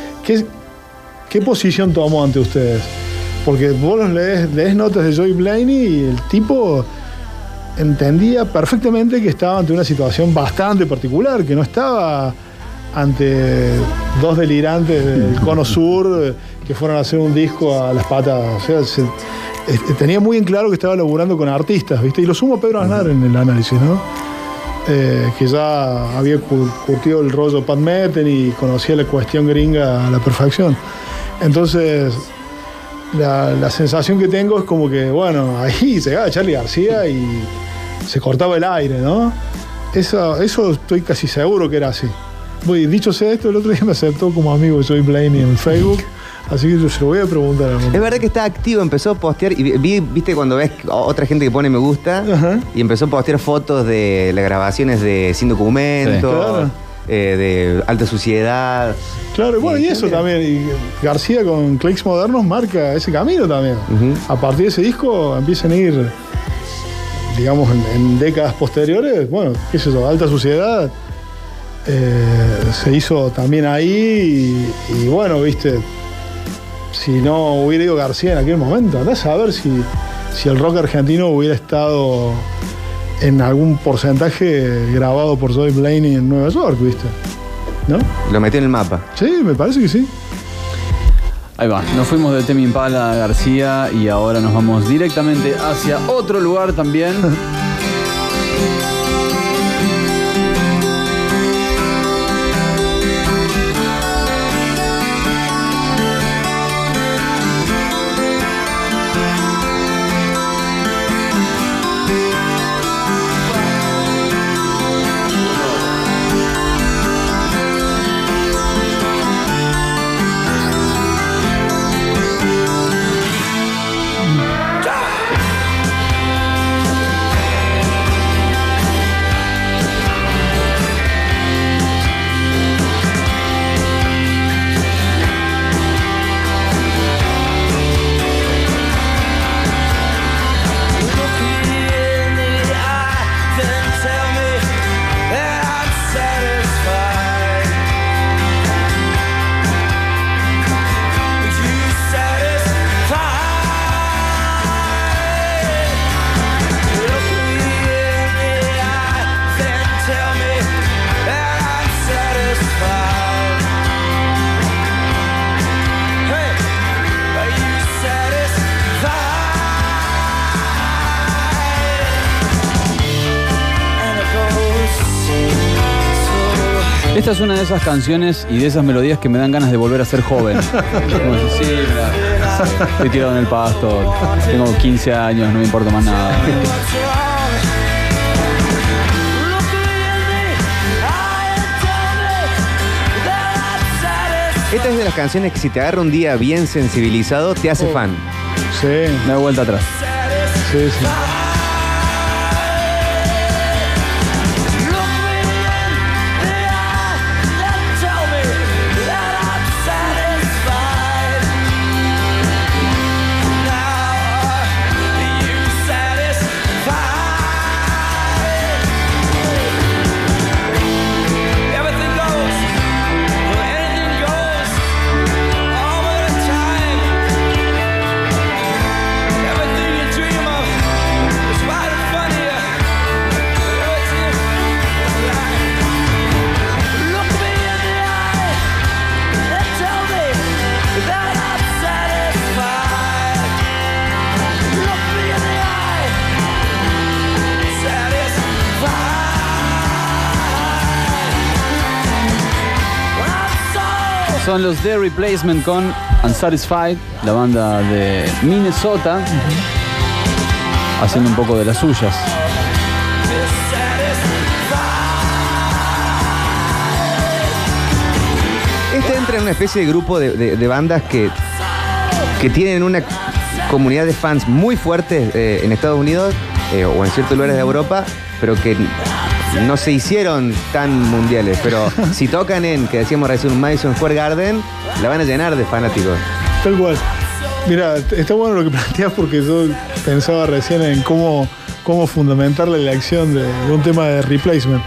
¿qué posición tomó ante ustedes? Porque vos lees notas de Joy Blaney y el tipo entendía perfectamente que estaba ante una situación bastante particular, que no estaba ante dos delirantes del Cono Sur que fueron a hacer un disco a las patadas. O sea, tenía muy en claro que estaba laburando con artistas, ¿viste? Y lo sumo Pedro Aznar en el análisis, ¿no? Que ya había curtido el rollo Pat Metheny y conocía la cuestión gringa a la perfección. Entonces, la sensación que tengo es como que, bueno, ahí llegaba Charly García y se cortaba el aire, ¿no? Eso estoy casi seguro que era así. Dicho sea esto, el otro día me aceptó como amigo de Joy Blaney en Facebook, así que yo se lo voy a preguntar. Es verdad que está activo, empezó a postear, y viste cuando ves otra gente que pone me gusta, y empezó a postear fotos de las grabaciones de Sin Documento, claro. De Alta Suciedad. Claro, bueno, y eso también. Y García con Clicks Modernos marca ese camino también. A partir de ese disco empiezan a ir, digamos, en décadas posteriores, bueno, qué sé yo, Alta Suciedad se hizo también ahí y bueno, viste, si no hubiera ido García en aquel momento, andás a ver si el rock argentino hubiera estado en algún porcentaje grabado por Joy Blaney en Nueva York, viste, ¿no? Lo metió en el mapa. Sí, me parece que sí. Ahí va, nos fuimos de Tame Impala a García y ahora nos vamos directamente hacia otro lugar también. Esta es una de esas canciones y de esas melodías que me dan ganas de volver a ser joven. Como si, sí, mira, estoy tirado en el pasto, tengo 15 años, no me importa más nada. Esta es de las canciones que si te agarra un día bien sensibilizado, te hace fan. Sí, Me doy vuelta atrás. sí, sí. Son los The Replacement con Unsatisfied, la banda de Minnesota, haciendo un poco de las suyas. Este entra en una especie de grupo de bandas que tienen una comunidad de fans muy fuerte en Estados Unidos o en ciertos lugares de Europa, pero que no se hicieron tan mundiales. Pero si tocan que decíamos recién, un Madison Square Garden, la van a llenar de fanáticos. Tal cual. Mira, está bueno lo que planteas porque yo pensaba recién en cómo fundamentar la elección de un tema de Replacement.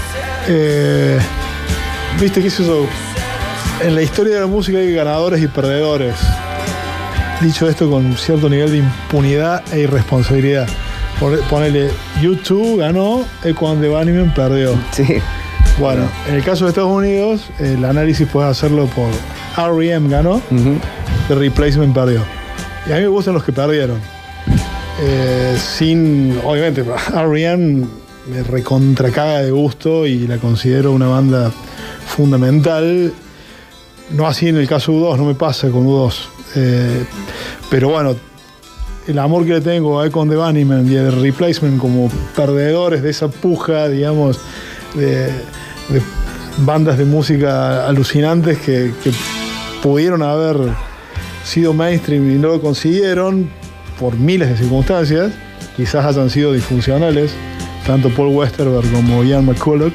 Viste que eso, en la historia de la música hay ganadores y perdedores. Dicho esto con cierto nivel de impunidad e irresponsabilidad. Ponele, U2 ganó, Echo and the Bunnymen perdió. Sí. Bueno, en el caso de Estados Unidos, el análisis puedes hacerlo por R.E.M. ganó, The Replacement perdió. Y a mí me gustan los que perdieron. Obviamente, R.E.M. me recontracaga de gusto y la considero una banda fundamental. No así en el caso de U2, no me pasa con U2. Pero bueno, el amor que le tengo a Echo and the Bunnymen y el Replacement como perdedores de esa puja, digamos, de bandas de música alucinantes que pudieron haber sido mainstream y no lo consiguieron por miles de circunstancias, quizás hayan sido disfuncionales, tanto Paul Westerberg como Ian McCulloch.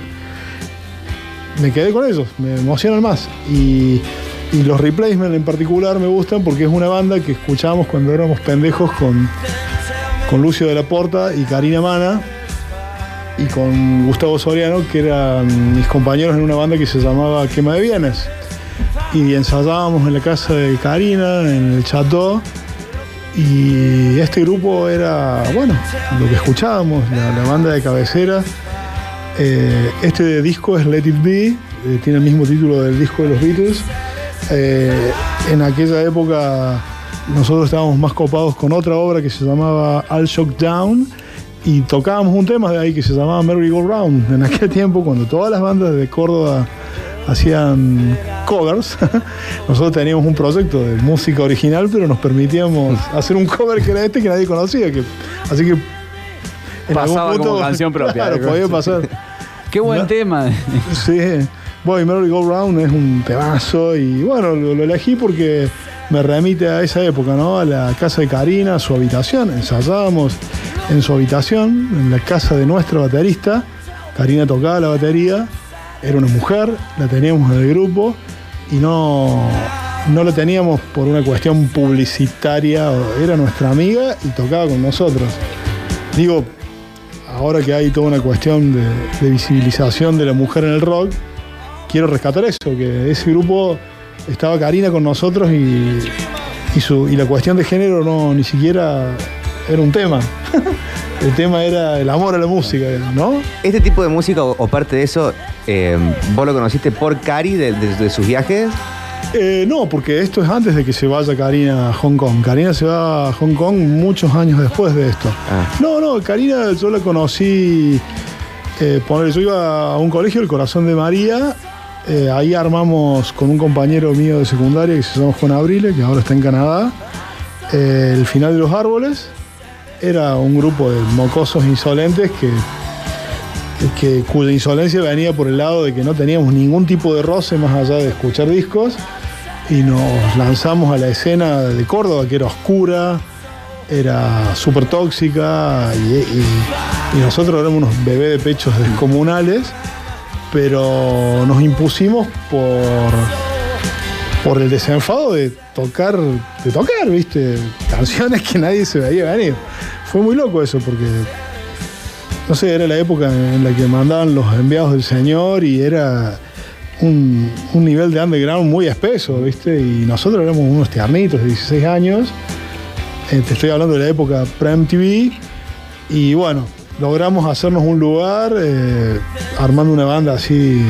Me quedé con ellos, me emocionan más. Y los Replacement en particular me gustan porque es una banda que escuchábamos cuando éramos pendejos con Lucio de la Porta y Karina Mana y con Gustavo Soriano, que eran mis compañeros en una banda que se llamaba Quema de Bienes. Y ensayábamos en la casa de Karina, en el Chateau, y este grupo era, bueno, lo que escuchábamos, la banda de cabecera. Este disco es Let It Be, tiene el mismo título del disco de los Beatles. En aquella época nosotros estábamos más copados con otra obra que se llamaba All Shook Down y tocábamos un tema de ahí que se llamaba Merry Go Round. En aquel tiempo, cuando todas las bandas de Córdoba hacían covers, nosotros teníamos un proyecto de música original, pero nos permitíamos hacer un cover que era que nadie conocía, así que en pasaba algún punto, como canción propia. Claro, podía pasar. Qué buen tema. Sí. Bueno, Merry Go Round es un temazo y bueno, lo elegí porque me remite a esa época, ¿no? A la casa de Karina, a su habitación. Ensayábamos en su habitación, en la casa de nuestra baterista. Karina tocaba la batería, era una mujer, la teníamos en el grupo y no la teníamos por una cuestión publicitaria, era nuestra amiga y tocaba con nosotros. Digo, ahora que hay toda una cuestión de visibilización de la mujer en el rock, quiero rescatar eso, que ese grupo estaba Karina con nosotros y la cuestión de género ni siquiera era un tema. El tema era el amor a la música, ¿no? Este tipo de música o parte de eso, ¿vos lo conociste por Cari de sus viajes? No, porque esto es antes de que se vaya Karina a Hong Kong. Karina se va a Hong Kong muchos años después de esto. No, Karina yo la conocí, yo iba a un colegio, el Corazón de María. Ahí armamos con un compañero mío de secundaria que se llama Juan Abrile, que ahora está en Canadá, El Final de los Árboles. Era un grupo de mocosos insolentes cuya insolencia venía por el lado de que no teníamos ningún tipo de roce más allá de escuchar discos y nos lanzamos a la escena de Córdoba, que era oscura, era súper tóxica, y nosotros éramos unos bebés de pechos descomunales, pero nos impusimos por el desenfado de tocar, ¿viste? Canciones que nadie se veía venir. Fue muy loco eso, porque, no sé, era la época en la que mandaban los enviados del Señor y era un nivel de underground muy espeso, ¿viste? Y nosotros éramos unos tiernitos de 16 años. Te estoy hablando de la época pre-MTV. Y bueno, logramos hacernos un lugar armando una banda así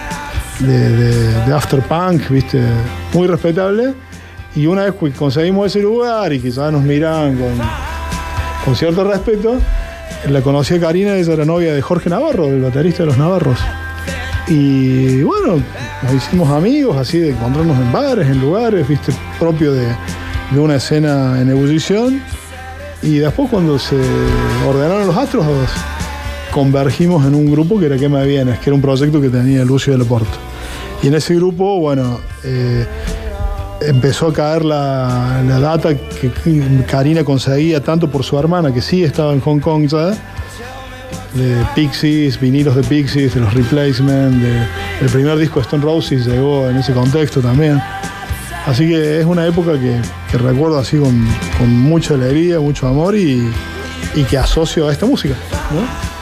de after punk, ¿viste? Muy respetable. Y una vez que conseguimos ese lugar y que ya nos miraban con cierto respeto, la conocí a Karina, ella era novia de Jorge Navarro, el baterista de Los Navarros. Y bueno, nos hicimos amigos, así de encontrarnos en bares, en lugares, ¿viste? Propio de una escena en ebullición. Y después, cuando se ordenaron los astros, convergimos en un grupo que era Quema de Bienes, que era un proyecto que tenía Lucio de Laporte. Y en ese grupo, bueno, empezó a caer la data que Karina conseguía tanto por su hermana, que sí estaba en Hong Kong ya, de Pixies, vinilos de Pixies, de los Replacements, el primer disco de Stone Roses llegó en ese contexto también. Así que es una época que recuerdo así con mucha alegría, mucho amor y que asocio a esta música, ¿no?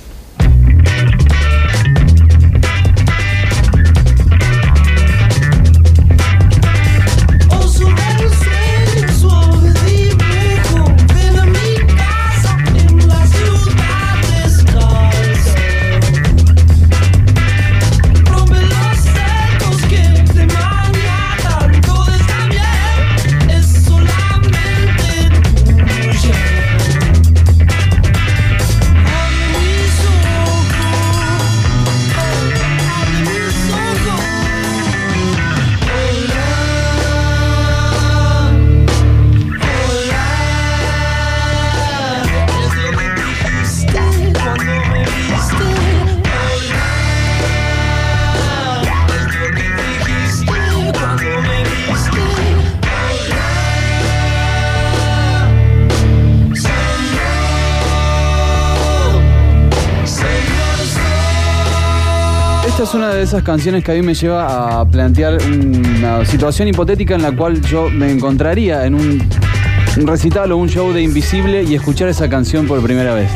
Esta es una de esas canciones que a mí me lleva a plantear una situación hipotética en la cual yo me encontraría en un recital o un show de Invisible y escuchar esa canción por primera vez.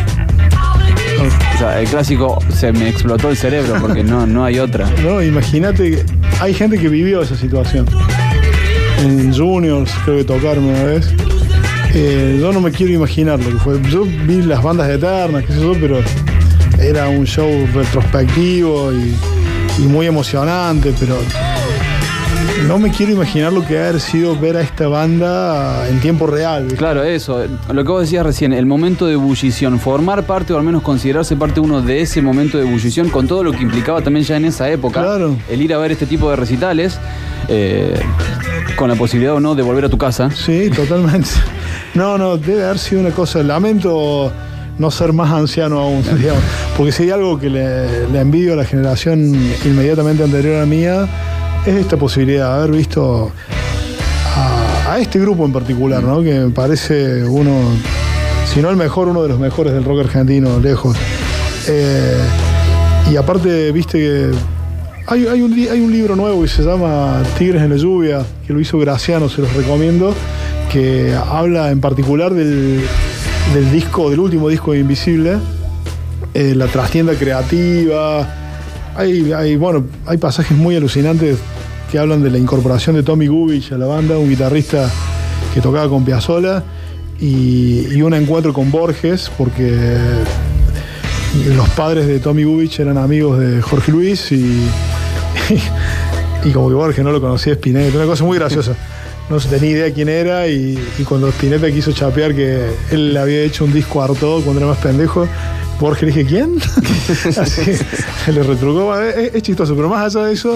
O sea, el clásico, se me explotó el cerebro porque no hay otra. No, imagínate, hay gente que vivió esa situación. En Juniors creo que tocaron una vez. Yo no me quiero imaginar lo que fue. Yo vi las bandas eternas, qué sé yo, pero era un show retrospectivo y muy emocionante, pero no me quiero imaginar lo que ha haber sido ver a esta banda en tiempo real, ¿viste? Claro, eso, lo que vos decías recién, el momento de ebullición, formar parte o al menos considerarse parte uno de ese momento de ebullición con todo lo que implicaba también ya en esa época. Claro. El ir a ver este tipo de recitales, con la posibilidad o no de volver a tu casa. Sí, totalmente. No, debe haber sido una cosa, lamento no ser más anciano aún, digamos, porque si hay algo que le envidio a la generación inmediatamente anterior a mía, es esta posibilidad de haber visto a este grupo en particular, ¿no? Que me parece uno, si no el mejor, uno de los mejores del rock argentino, lejos. Y aparte, viste que hay un libro nuevo que se llama Tigres en la lluvia, que lo hizo Graciano, se los recomiendo, que habla en particular del último disco de Invisible, la trastienda creativa. Hay pasajes muy alucinantes que hablan de la incorporación de Tommy Gubich a la banda, un guitarrista que tocaba con Piazzolla, y un encuentro con Borges, porque los padres de Tommy Gubich eran amigos de Jorge Luis y como que Borges no lo conocía, Spinetta, una cosa muy graciosa. No se tenía idea quién era y cuando Spinetta quiso chapear que él le había hecho un disco a Artaud cuando era más pendejo, Borges le dije, ¿quién? Así se le retrucó. Es chistoso, pero más allá de eso,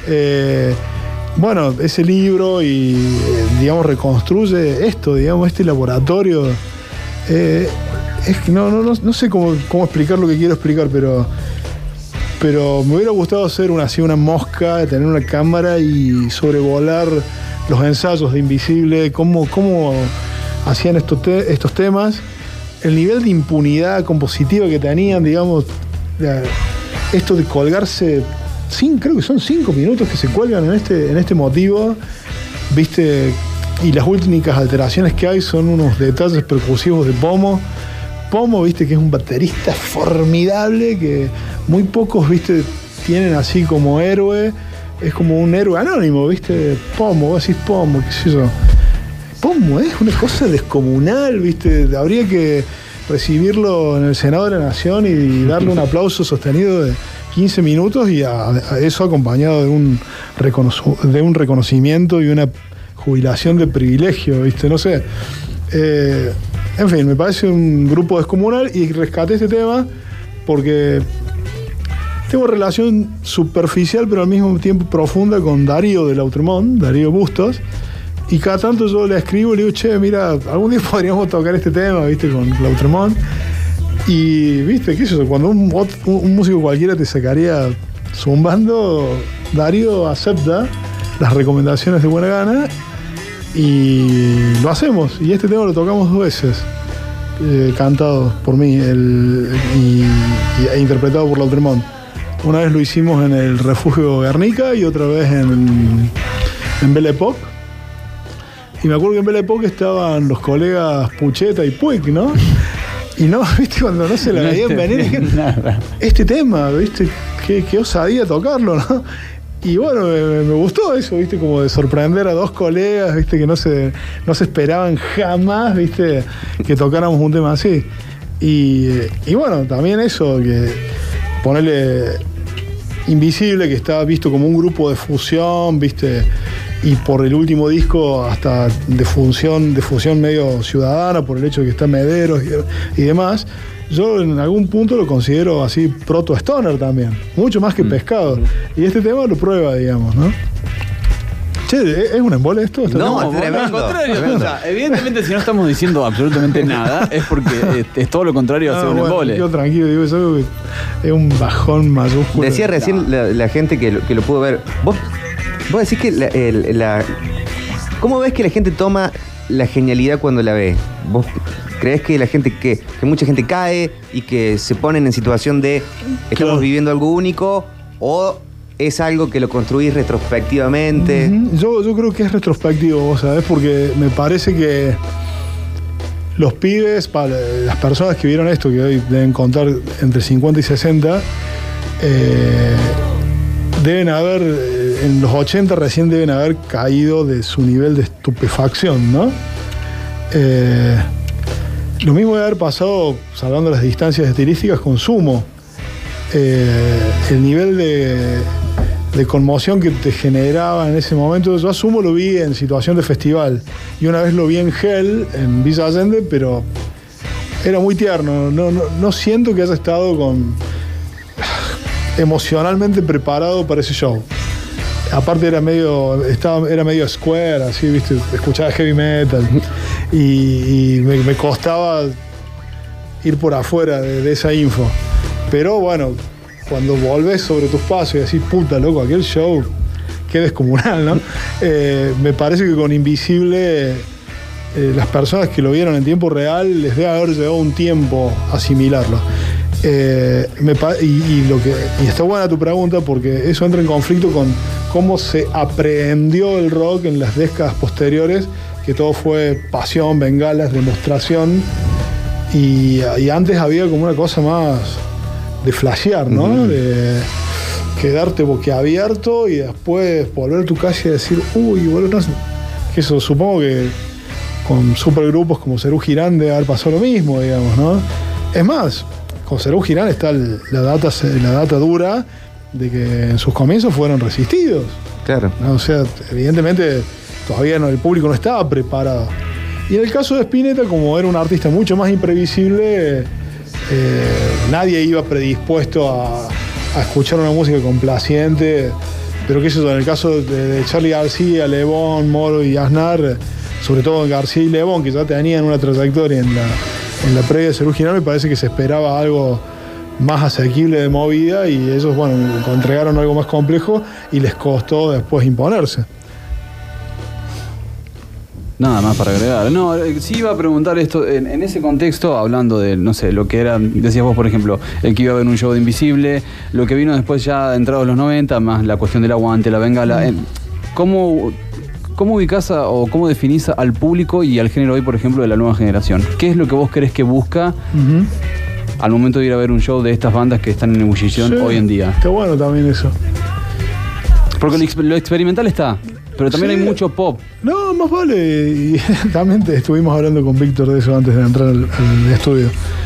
ese libro y, digamos, reconstruye esto, digamos, este laboratorio. Es que no sé cómo explicar lo que quiero explicar, pero pero me hubiera gustado hacer una mosca, tener una cámara y sobrevolar los ensayos de Invisible, cómo hacían estos temas, el nivel de impunidad compositiva que tenían, digamos, esto de colgarse, creo que son 5 minutos que se cuelgan en este motivo, ¿viste? Y las únicas alteraciones que hay son unos detalles percusivos de Pomo. Pomo, ¿viste? Que es un baterista formidable que muy pocos, ¿viste? Tienen así como héroe. Es como un héroe anónimo, ¿viste? Pomo, vos decís Pomo, qué sé yo. Pomo es una cosa descomunal, ¿viste? Habría que recibirlo en el Senado de la Nación y darle un aplauso sostenido de 15 minutos y a eso acompañado de un reconocimiento y una jubilación de privilegio, ¿viste? No sé. En fin, me parece un grupo descomunal y rescaté este tema porque tengo relación superficial pero al mismo tiempo profunda con Darío de Lautremont, Darío Bustos, y cada tanto yo le escribo y le digo, che, mira, algún día podríamos tocar este tema, ¿viste? Con Lautremont. Y, ¿viste? ¿Qué es eso? Cuando un músico cualquiera te sacaría zumbando, Darío acepta las recomendaciones de buena gana y lo hacemos. Y este tema lo tocamos 2 veces, cantado por mí e interpretado por Lautremont. Una vez lo hicimos en el Refugio Guernica y otra vez en Belle Époque. Y me acuerdo que en Belle Époque estaban los colegas Pucheta y Puig, ¿no? Y no, ¿viste? Cuando no se la veían venir, dije, este tema, ¿viste? Qué osadía tocarlo, ¿no? Y bueno, me gustó eso, ¿viste? Como de sorprender a 2 colegas, ¿viste? Que no se esperaban jamás, ¿viste? Que tocáramos un tema así. Y bueno, también eso, que ponerle Invisible, que está visto como un grupo de fusión, ¿viste? Y por el último disco hasta de fusión medio ciudadana, por el hecho de que está Mederos y demás. Yo en algún punto lo considero así proto-stoner también, mucho más que Pescado. Y este tema lo prueba, digamos, ¿no? Che, ¿es un embole esto? No, al contrario. O sea, evidentemente si no estamos diciendo absolutamente nada, es porque es todo lo contrario a ser un embole. Quedo tranquilo, digo, es algo que es un bajón mayúsculo. Decía recién la gente que lo pudo ver. Vos decís que ¿cómo ves que la gente toma la genialidad cuando la ve? ¿Vos crees que la gente que mucha gente cae y que se ponen en situación de estamos viviendo algo único, o es algo que lo construís retrospectivamente? Yo creo que es retrospectivo, vos sabés, porque me parece que los pibes, para las personas que vieron esto, que hoy deben contar entre 50 y 60, deben haber, en los 80 recién deben haber caído de su nivel de estupefacción, ¿no? Lo mismo debe haber pasado, salvando las distancias estilísticas, con Sumo. El nivel de conmoción que te generaba en ese momento. Yo a Sumo lo vi en situación de festival y una vez lo vi en Hell, en Villa Allende, pero era muy tierno. No siento que haya estado emocionalmente preparado para ese show. Aparte era medio square, así, ¿viste? Escuchaba heavy metal y me costaba ir por afuera de esa info. Pero bueno, cuando volvés sobre tus pasos y decís, puta, loco, aquel show, qué descomunal, ¿no? Me parece que con Invisible, las personas que lo vieron en tiempo real les debe haber llevado un tiempo asimilarlo. Y está buena tu pregunta porque eso entra en conflicto con cómo se aprehendió el rock en las décadas posteriores, que todo fue pasión, bengalas, demostración, y antes había como una cosa más de flashear, ¿no? De quedarte boquiabierto y después volver a tu casa y decir, uy, boludo, no sé. Que eso supongo que con supergrupos como Serú Girán debe haber pasado lo mismo, digamos, ¿no? Es más, con Serú Girán está la data dura de que en sus comienzos fueron resistidos. Claro. ¿No? O sea, evidentemente todavía el público no estaba preparado. Y en el caso de Spinetta, como era un artista mucho más imprevisible, nadie iba predispuesto a escuchar una música complaciente. Pero qué sé yo, en el caso de Charly García, Le Bon, Moro y Aznar, sobre todo García y Le Bon, que ya tenían una trayectoria en la previa de Serú Girán, me parece que se esperaba algo más asequible de movida, y ellos, bueno, entregaron algo más complejo y les costó después imponerse. Nada más para agregar. No, sí iba a preguntar esto, en ese contexto, hablando de, no sé, lo que era, decías vos, por ejemplo, el que iba a ver un show de Invisible, lo que vino después ya entrados los 90, más la cuestión del aguante, la bengala. ¿Cómo ubicás o cómo definís al público y al género hoy, por ejemplo, de la nueva generación? ¿Qué es lo que vos crees que busca al momento de ir a ver un show de estas bandas que están en ebullición hoy en día? Está bueno también eso. Porque lo experimental está, pero también hay mucho pop. No, más vale. Y también estuvimos hablando con Víctor de eso antes de entrar al estudio.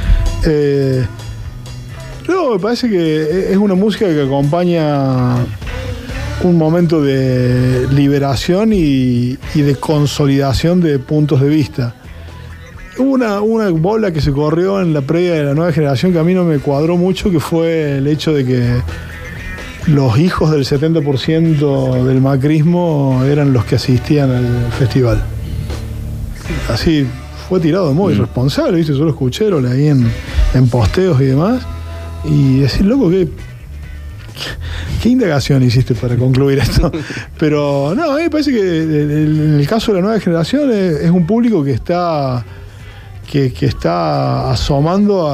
No, me parece que es una música que acompaña un momento de liberación y de consolidación de puntos de vista. Hubo una bola que se corrió en la previa de la nueva generación que a mí no me cuadró mucho, que fue el hecho de que los hijos del 70% del macrismo eran los que asistían al festival. Así fue tirado muy irresponsable, ¿viste? Yo lo escuché, lo leí en posteos y demás. Y decir, loco, ¿qué indagación hiciste para concluir esto? Pero no, a mí me parece que en el caso de la nueva generación es un público que está asomando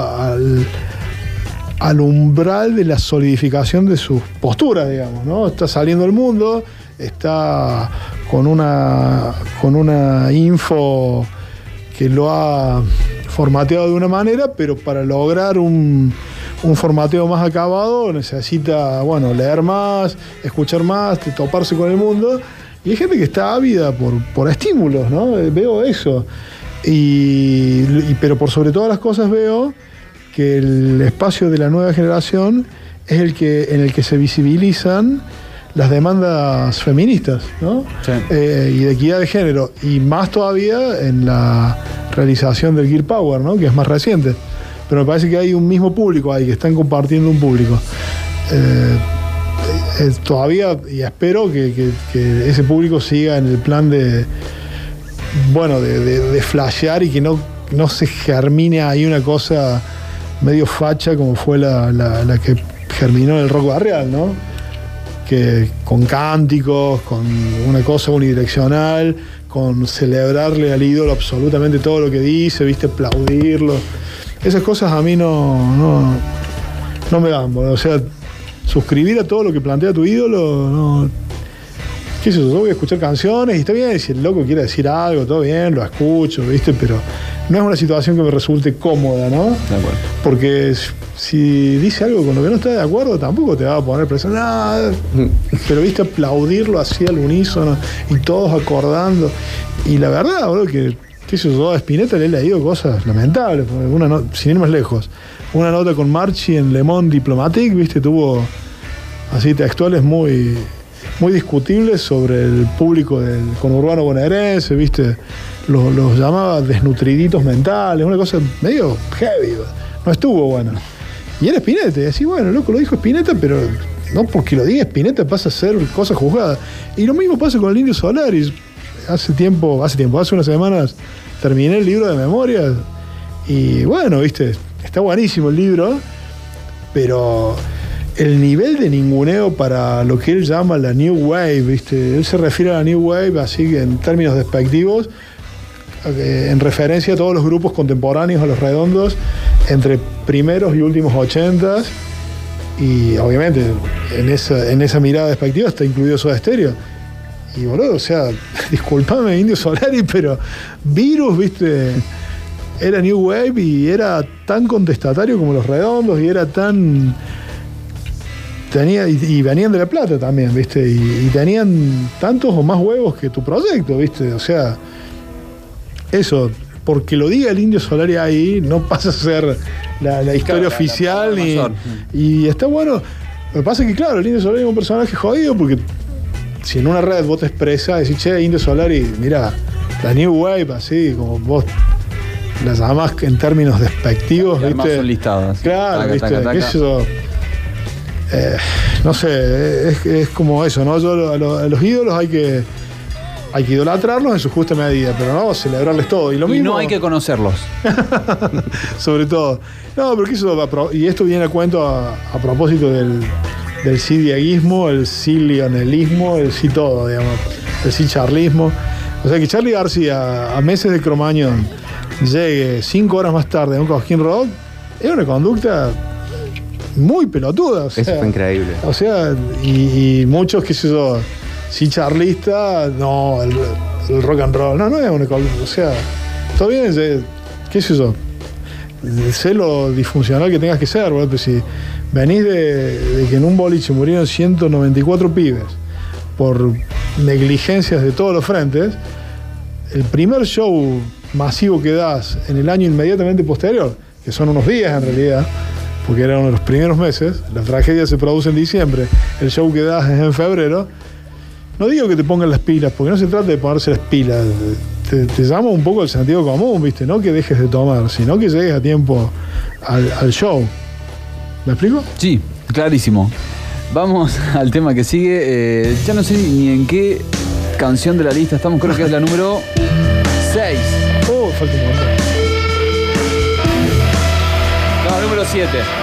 al umbral de la solidificación de sus posturas, digamos, ¿no? Está saliendo al mundo, está con una info que lo ha formateado de una manera, pero para lograr un formateo más acabado necesita, bueno, leer más, escuchar más, toparse con el mundo, y hay gente que está ávida por estímulos, ¿no? Veo eso. Pero por sobre todas las cosas veo que el espacio de la nueva generación es en el que se visibilizan las demandas feministas, ¿no? Sí. Y de equidad de género, y más todavía en la realización del Gear Power, ¿no? Que es más reciente. Pero me parece que hay un mismo público ahí, que están compartiendo un público. Todavía, y espero que ese público siga en el plan de flashear, y que no se germine ahí una cosa medio facha como fue la que germinó en el rock barrial, ¿no? Que con cánticos, con una cosa unidireccional, con celebrarle al ídolo absolutamente todo lo que dice, ¿viste? Aplaudirlo. Esas cosas a mí no me dan, o sea, suscribir a todo lo que plantea tu ídolo, no. ¿Qué es eso? Yo voy a escuchar canciones y está bien, si el loco quiere decir algo, todo bien, lo escucho, ¿viste? Pero no es una situación que me resulte cómoda, ¿no? De acuerdo. Porque si dice algo con lo que no estás de acuerdo, tampoco te va a poner presión, nada. Pero, ¿viste? Aplaudirlo así al unísono y todos acordando. Y la verdad, boludo, qué sé yo, a Spinetta le he leído cosas lamentables, sin ir más lejos. Una nota con Marchi en Le Monde Diplomatique, ¿viste? Tuvo así textuales muy discutibles sobre el público del conurbano bonaerense, ¿viste? Los llamaba desnutriditos mentales, una cosa medio heavy, no estuvo bueno. Y era Spinetta, y así, bueno, loco, lo dijo Spinetta, pero no porque lo diga Spinetta pasa a ser cosa juzgada. Y lo mismo pasa con el Indio Solari. Hace unas semanas terminé el libro de memorias y bueno, ¿viste? Está buenísimo el libro, pero el nivel de ninguneo para lo que él llama la New Wave, ¿viste? Él se refiere a la New Wave así en términos despectivos, en referencia a todos los grupos contemporáneos a Los Redondos entre primeros y últimos 80s, y obviamente en esa mirada despectiva está incluido Soda Stereo. Y boludo, o sea, disculpame Indio Solari, pero Virus, ¿viste? Era New Wave y era tan contestatario como Los Redondos, y era tan... y venían de La Plata también, ¿viste? Y tenían tantos o más huevos que tu proyecto, ¿viste? O sea, eso, porque lo diga el Indio Solari ahí, no pasa a ser la historia oficial. Y está bueno. Lo que pasa es que, claro, el Indio Solari es un personaje jodido, porque si en una red vos te expresás, decís, che, Indio Solari, mira, la New Wave, así, como vos la llamás en términos despectivos, ¿viste? Son listadas. Claro, ¿viste? ¿Qué es eso? No sé, es como eso, ¿no? Yo a los ídolos hay que hay que idolatrarlos en su justa medida, pero no celebrarles todo. Y lo mismo, no hay que conocerlos. sobre todo. No, porque eso, y esto viene a cuento a propósito del sí-dieguismo, el sí-lionelismo, el sí todo, digamos, el sí-charlismo. O sea que Charly García, a meses de Cromañón, llegue 5 horas más tarde a un Cosquín Rock, es una conducta muy pelotuda. O sea, eso fue increíble. O sea, y muchos, qué sé yo, sí charlista, no, el rock and roll, no es una conducta. O sea, todo bien, qué sé yo, sé lo disfuncional que tengas que ser, ¿verdad? Pero si venís de que en un boliche murieron 194 pibes por negligencias de todos los frentes, el primer show masivo que das en el año inmediatamente posterior, que son unos días en realidad, porque era uno de los primeros meses, la tragedia se produce en diciembre, el show que das es en febrero, no digo que te pongan las pilas, porque no se trata de ponerse las pilas, te llama un poco el sentido común, ¿viste? No que dejes de tomar, sino que llegues a tiempo al show. ¿Me explico? Sí, clarísimo. Vamos al tema que sigue. Ya no sé ni en qué canción de la lista estamos, creo que es la número 6. Oh, falta un montón. No, número 7.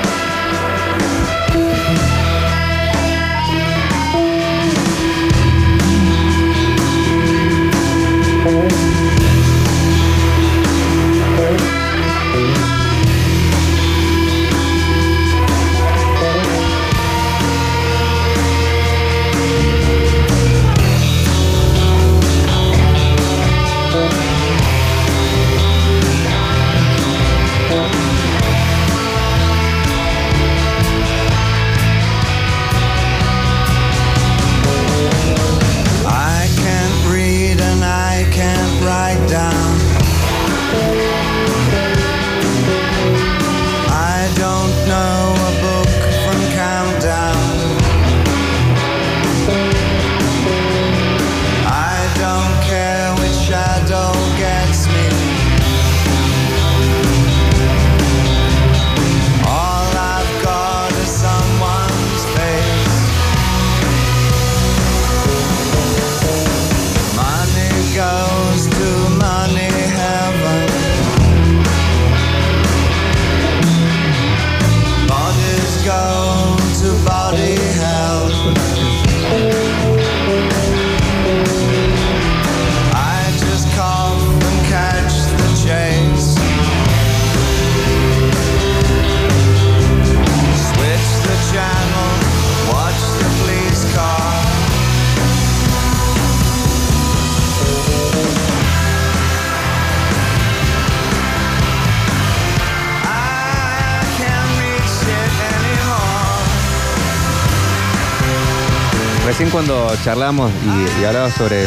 Recién cuando charlamos y hablaba sobre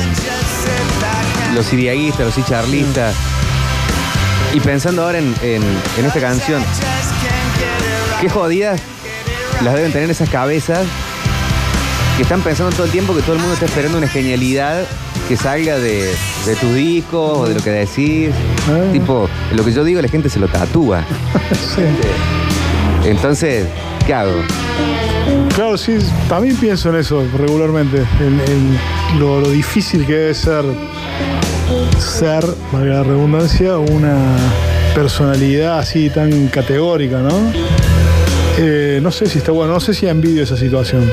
los iriaguistas, los charlistas, y pensando ahora en esta canción, qué jodidas las deben tener esas cabezas que están pensando todo el tiempo que todo el mundo está esperando una genialidad que salga de tus discos o de lo que decís. Tipo, lo que yo digo la gente se lo tatúa. Sí. Entonces, ¿qué hago? Claro, sí, también pienso en eso regularmente, en lo difícil que debe ser, valga la redundancia, una personalidad así tan categórica, ¿no? No sé si está bueno, no sé si envidio esa situación.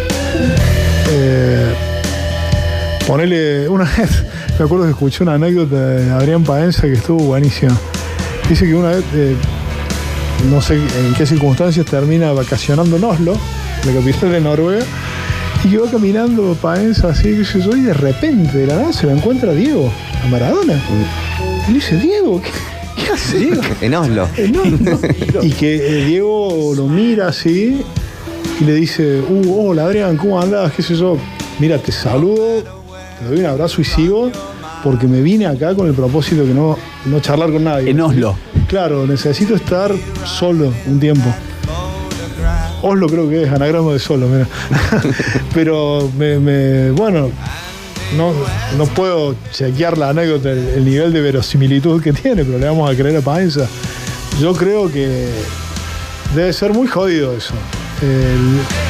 Ponele, una vez, me acuerdo que escuché una anécdota de Adrián Paenza que estuvo buenísima. Dice que una vez, no sé en qué circunstancias, termina vacacionando en Oslo, la capital de Noruega, y que va caminando Paenza así, que yo, y de repente, de la nada, se lo encuentra Diego, a Maradona. Y le dice, Diego, ¿qué hace Diego? En Oslo. Y que Diego lo mira así y le dice, hola Adrián, ¿cómo andás? ¿Qué sé yo? Mira, te saludo, te doy un abrazo y sigo, porque me vine acá con el propósito de no charlar con nadie. En Oslo. Claro, necesito estar solo un tiempo. Oslo creo que es anagrama de solo, mira. Pero bueno, no puedo chequear la anécdota, el nivel de verosimilitud que tiene, pero le vamos a creer a Paenza. Yo creo que debe ser muy jodido eso.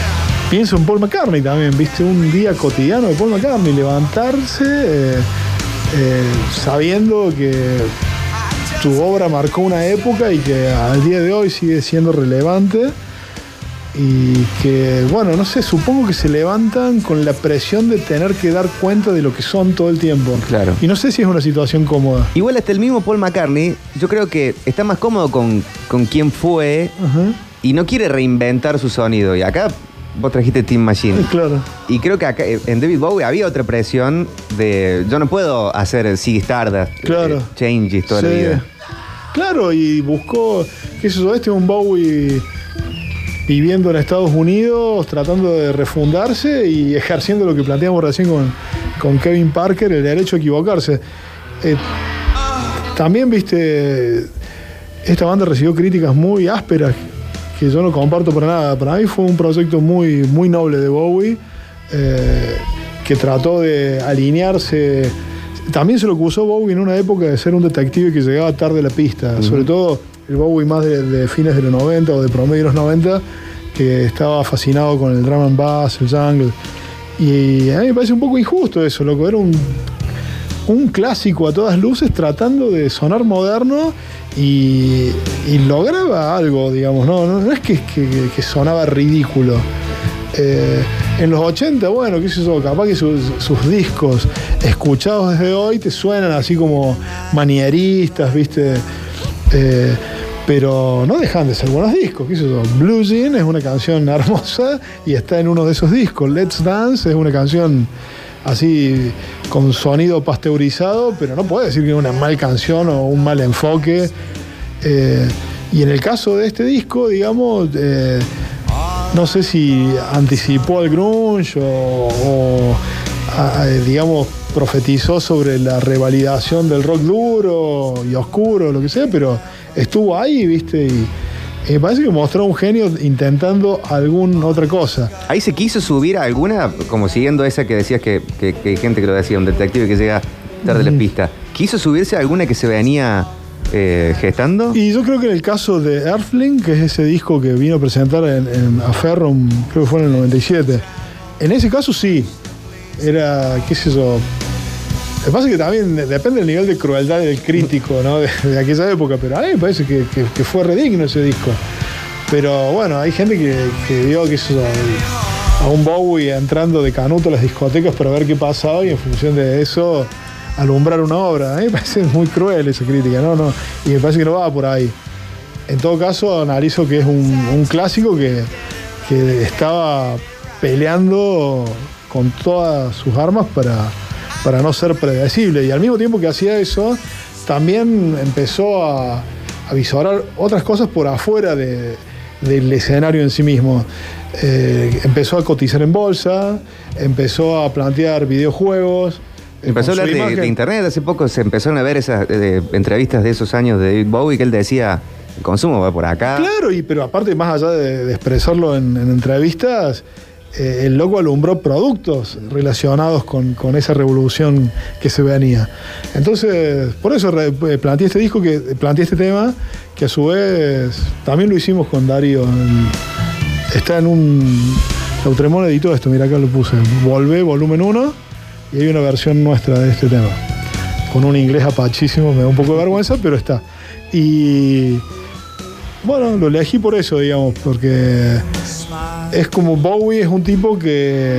Pienso en Paul McCartney también, ¿viste? Un día cotidiano de Paul McCartney, levantarse, sabiendo que tu obra marcó una época y que al día de hoy sigue siendo relevante. Y que, bueno, no sé, supongo que se levantan con la presión de tener que dar cuenta de lo que son todo el tiempo. Claro. Y no sé si es una situación cómoda. Igual hasta el mismo Paul McCartney, yo creo que está más cómodo con quien fue y no quiere reinventar su sonido. Y acá vos trajiste Tin Machine. Claro. Y creo que acá en David Bowie había otra presión de yo no puedo hacer Ziggy Stardust, Claro. Changes toda la Sí. vida. Claro, y buscó, qué sé yo, este es un Bowie viviendo en Estados Unidos, tratando de refundarse y ejerciendo lo que planteamos recién con Kevin Parker, el derecho a equivocarse. También, viste, esta banda recibió críticas muy ásperas que yo no comparto para nada. Para mí fue un proyecto muy, muy noble de Bowie, que trató de alinearse. También se lo acusó Bowie en una época de ser un detective que llegaba tarde a la pista, sobre todo el Bowie más de fines de los 90 o de promedio de los 90, que estaba fascinado con el drum and bass, el jungle. Y a mí me parece un poco injusto eso, loco. Era un clásico a todas luces tratando de sonar moderno y lograba algo, digamos. No es que sonaba ridículo. En los 80, bueno, qué sé yo, capaz que sus discos escuchados desde hoy te suenan así como manieristas, ¿viste? Pero no dejan de ser buenos discos, qué sé yo. Blue Jean es una canción hermosa y está en uno de esos discos. Let's Dance es una canción así con sonido pasteurizado, pero no puede decir que es una mal canción o un mal enfoque. Y en el caso de este disco, digamos, no sé si anticipó al grunge o digamos, profetizó sobre la revalidación del rock duro y oscuro, lo que sea, pero estuvo ahí, ¿viste? Y me parece que mostró un genio intentando alguna otra cosa. Ahí se quiso subir a alguna, como siguiendo esa que decías que hay gente que lo decía, un detective que llega tarde a la pista. ¿Quiso subirse a alguna que se venía gestando? Y yo creo que en el caso de Earthling, que es ese disco que vino a presentar a Ferrum, creo que fue en el 97, en ese caso sí. Era, qué sé yo. Lo que pasa es que también depende del nivel de crueldad del crítico, ¿no? de aquella época, pero a mí me parece que fue redigno ese disco. Pero bueno, hay gente que vio, qué sé yo, a un Bowie entrando de canuto a las discotecas para ver qué pasaba y en función de eso alumbrar una obra. A mí me parece muy cruel esa crítica, ¿no? Y me parece que no va por ahí. En todo caso, analizo que es un clásico que estaba peleando con todas sus armas para no ser predecible. Y al mismo tiempo que hacía eso, también empezó a visorar otras cosas por afuera del escenario en sí mismo. Empezó a cotizar en bolsa, empezó a plantear videojuegos. Empezó a hablar de internet. Hace poco se empezaron a ver esas entrevistas de esos años de David Bowie que él decía, el consumo va por acá. Claro, pero aparte, más allá de expresarlo en entrevistas, el loco alumbró productos relacionados con esa revolución que se venía. Entonces, por eso planteé este tema, que a su vez también lo hicimos con Darío. Está en un... Lautremont editó esto, mira acá lo puse. Volvé, volumen 1, y hay una versión nuestra de este tema. Con un inglés apachísimo, me da un poco de vergüenza, pero está. Y... bueno, lo elegí por eso, digamos, porque es como Bowie es un tipo que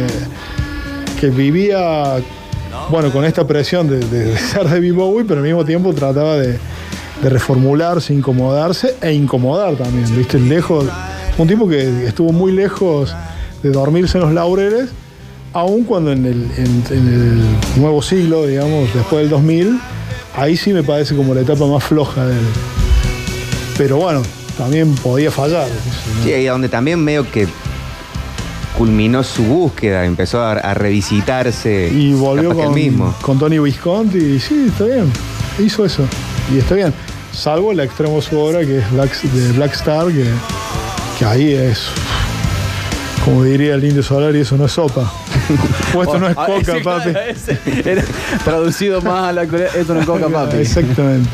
vivía, bueno, con esta presión de ser David Bowie, pero al mismo tiempo trataba de reformularse, incomodarse e incomodar también, ¿viste? Un tipo que estuvo muy lejos de dormirse en los laureles, aun cuando en el nuevo siglo, digamos, después del 2000, ahí sí me parece como la etapa más floja de él. Pero bueno, también podía fallar, ¿no? Sí, ahí donde también medio que culminó su búsqueda, empezó a revisitarse. Y volvió mismo. con Tony Visconti, y sí, está bien, hizo eso, y está bien. Salvo la extremo su obra, que es de Black Star, que ahí es, como diría el Indio Solari, eso no es sopa. O esto no es coca, sí, papi. Claro, era traducido más a la actualidad, esto no es coca, papi. Exactamente.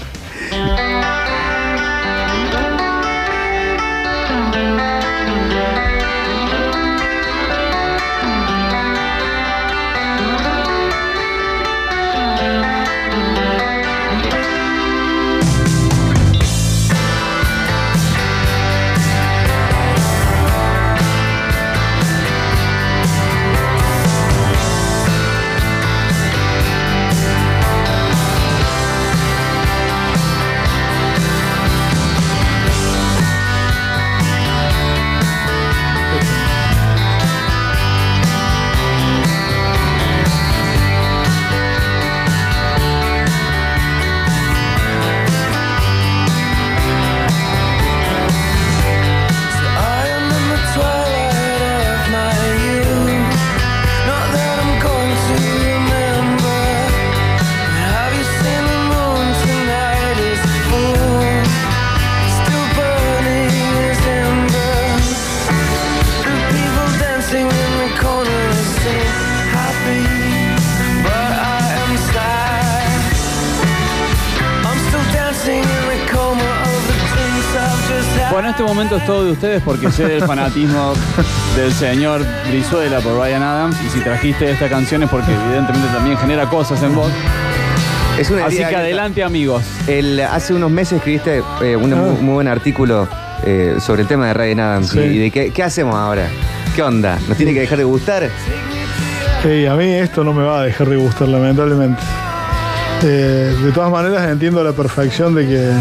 Bueno, este momento es todo de ustedes porque sé del fanatismo del señor Brizuela por Bryan Adams, y si trajiste esta canción es porque evidentemente también genera cosas en vos. Es una Así idea que adelante, amigos. Hace unos meses escribiste un muy buen artículo sobre el tema de Bryan Adams. Sí. Y de qué hacemos ahora. ¿Qué onda? ¿Nos tiene que dejar de gustar? Hey, a mí esto no me va a dejar de gustar, lamentablemente. De todas maneras, entiendo a la perfección de que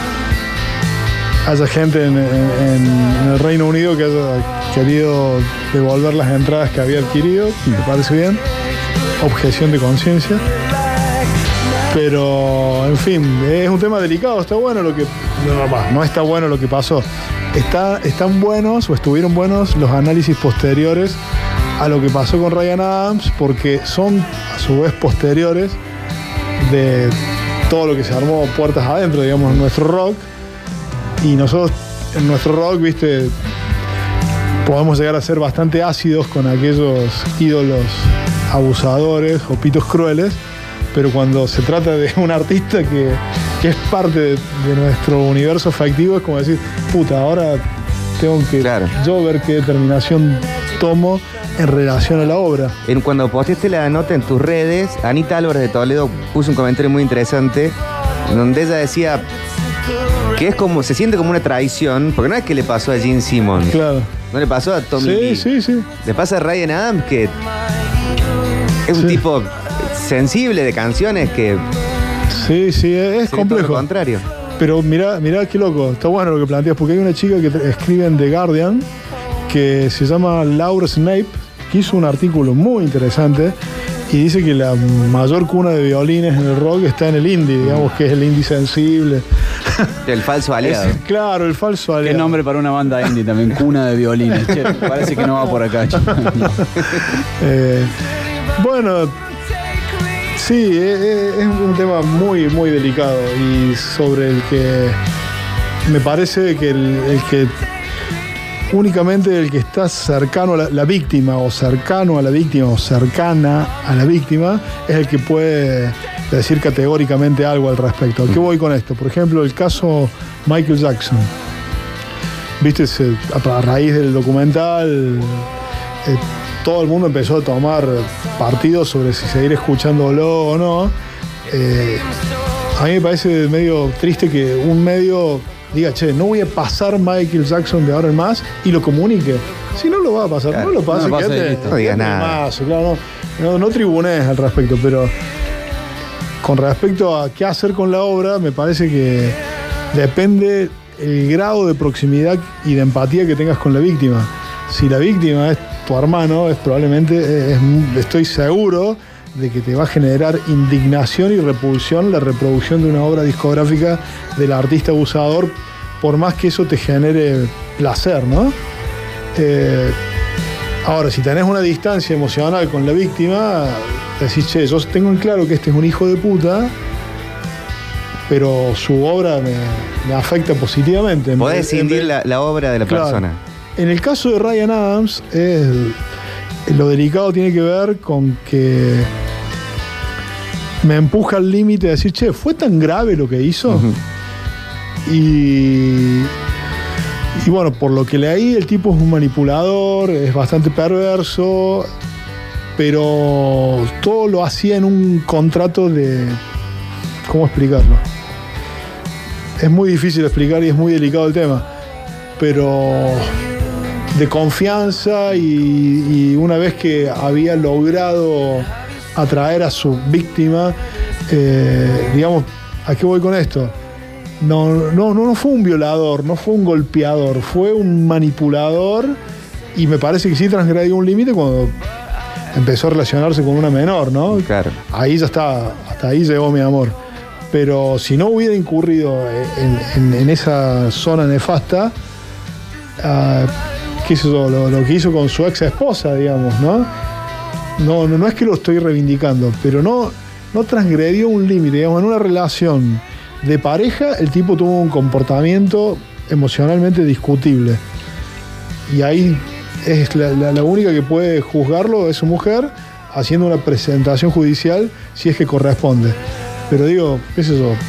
haya gente en el Reino Unido que haya querido devolver las entradas que había adquirido. Me parece bien. Objeción de conciencia. Pero, en fin, es un tema delicado. Está bueno lo que... No está bueno lo que pasó. Están buenos o estuvieron buenos los análisis posteriores a lo que pasó con Bryan Adams, porque son a su vez posteriores de todo lo que se armó puertas adentro, digamos, en nuestro rock. Y nosotros en nuestro rock, viste, podemos llegar a ser bastante ácidos con aquellos ídolos abusadores o pitos crueles, pero cuando se trata de un artista que es parte de nuestro universo afectivo, es como decir, puta, ahora tengo que yo ver qué determinación tomo en relación a la obra. Cuando posteaste la nota en tus redes, Anita Álvarez de Toledo puso un comentario muy interesante donde ella decía que es como, se siente como una traición, porque no es que le pasó a Gene Simmons. Claro. No le pasó a Tommy Lee. Sí. Le pasa a Bryan Adams, que es un tipo sensible de canciones que... Sí, es complejo. Todo lo contrario. Pero mirá qué loco, está bueno lo que planteas, porque hay una chica que escribe en The Guardian que se llama Laura Snape, que hizo un artículo muy interesante y dice que la mayor cuna de violines en el rock está en el indie, digamos que es el indie sensible. El falso aliado. Claro, el falso aliado. Qué nombre para una banda indie también, cuna de violines. Che, parece que no va por acá. Bueno, sí, es un tema muy, muy delicado y sobre el que me parece que el que únicamente el que está cercano a la víctima o cercano a la víctima o cercana a la víctima es el que puede decir categóricamente algo al respecto. ¿A qué voy con esto? Por ejemplo, el caso Michael Jackson. Viste, a raíz del documental todo el mundo empezó a tomar partido sobre si seguir escuchándolo o no. A mí me parece medio triste que un medio diga, che, no voy a pasar Michael Jackson de ahora en más y lo comunique. Si no lo va a pasar, no lo pase, no digas nada. Claro, no tribunes al respecto, pero con respecto a qué hacer con la obra, me parece que depende el grado de proximidad y de empatía que tengas con la víctima. Si la víctima es tu hermano, estoy seguro de que te va a generar indignación y repulsión la reproducción de una obra discográfica del artista abusador, por más que eso te genere placer, ¿no? Ahora, si tenés una distancia emocional con la víctima, decís, che, yo tengo en claro que este es un hijo de puta, pero su obra me afecta positivamente. Podés escindir la obra de la persona. En el caso de Bryan Adams, lo delicado tiene que ver con que me empuja al límite de decir, che, ¿fue tan grave lo que hizo? Uh-huh. Y bueno, por lo que leí, el tipo es un manipulador, es bastante perverso, pero todo lo hacía en un contrato de... ¿Cómo explicarlo? Es muy difícil de explicar y es muy delicado el tema, pero de confianza y una vez que había logrado atraer a su víctima, digamos, ¿a qué voy con esto? No fue un violador, no fue un golpeador, fue un manipulador y me parece que sí transgredió un límite cuando empezó a relacionarse con una menor, ¿no? Claro. Ahí ya está, hasta ahí llegó mi amor. Pero si no hubiera incurrido en esa zona nefasta, qué sé yo, lo que hizo con su ex esposa, digamos, ¿no? No es que lo estoy reivindicando, pero no transgredió un límite, digamos, en una relación de pareja el tipo tuvo un comportamiento emocionalmente discutible. Y ahí es la única que puede juzgarlo es su mujer, haciendo una presentación judicial si es que corresponde. Pero digo, qué sé yo,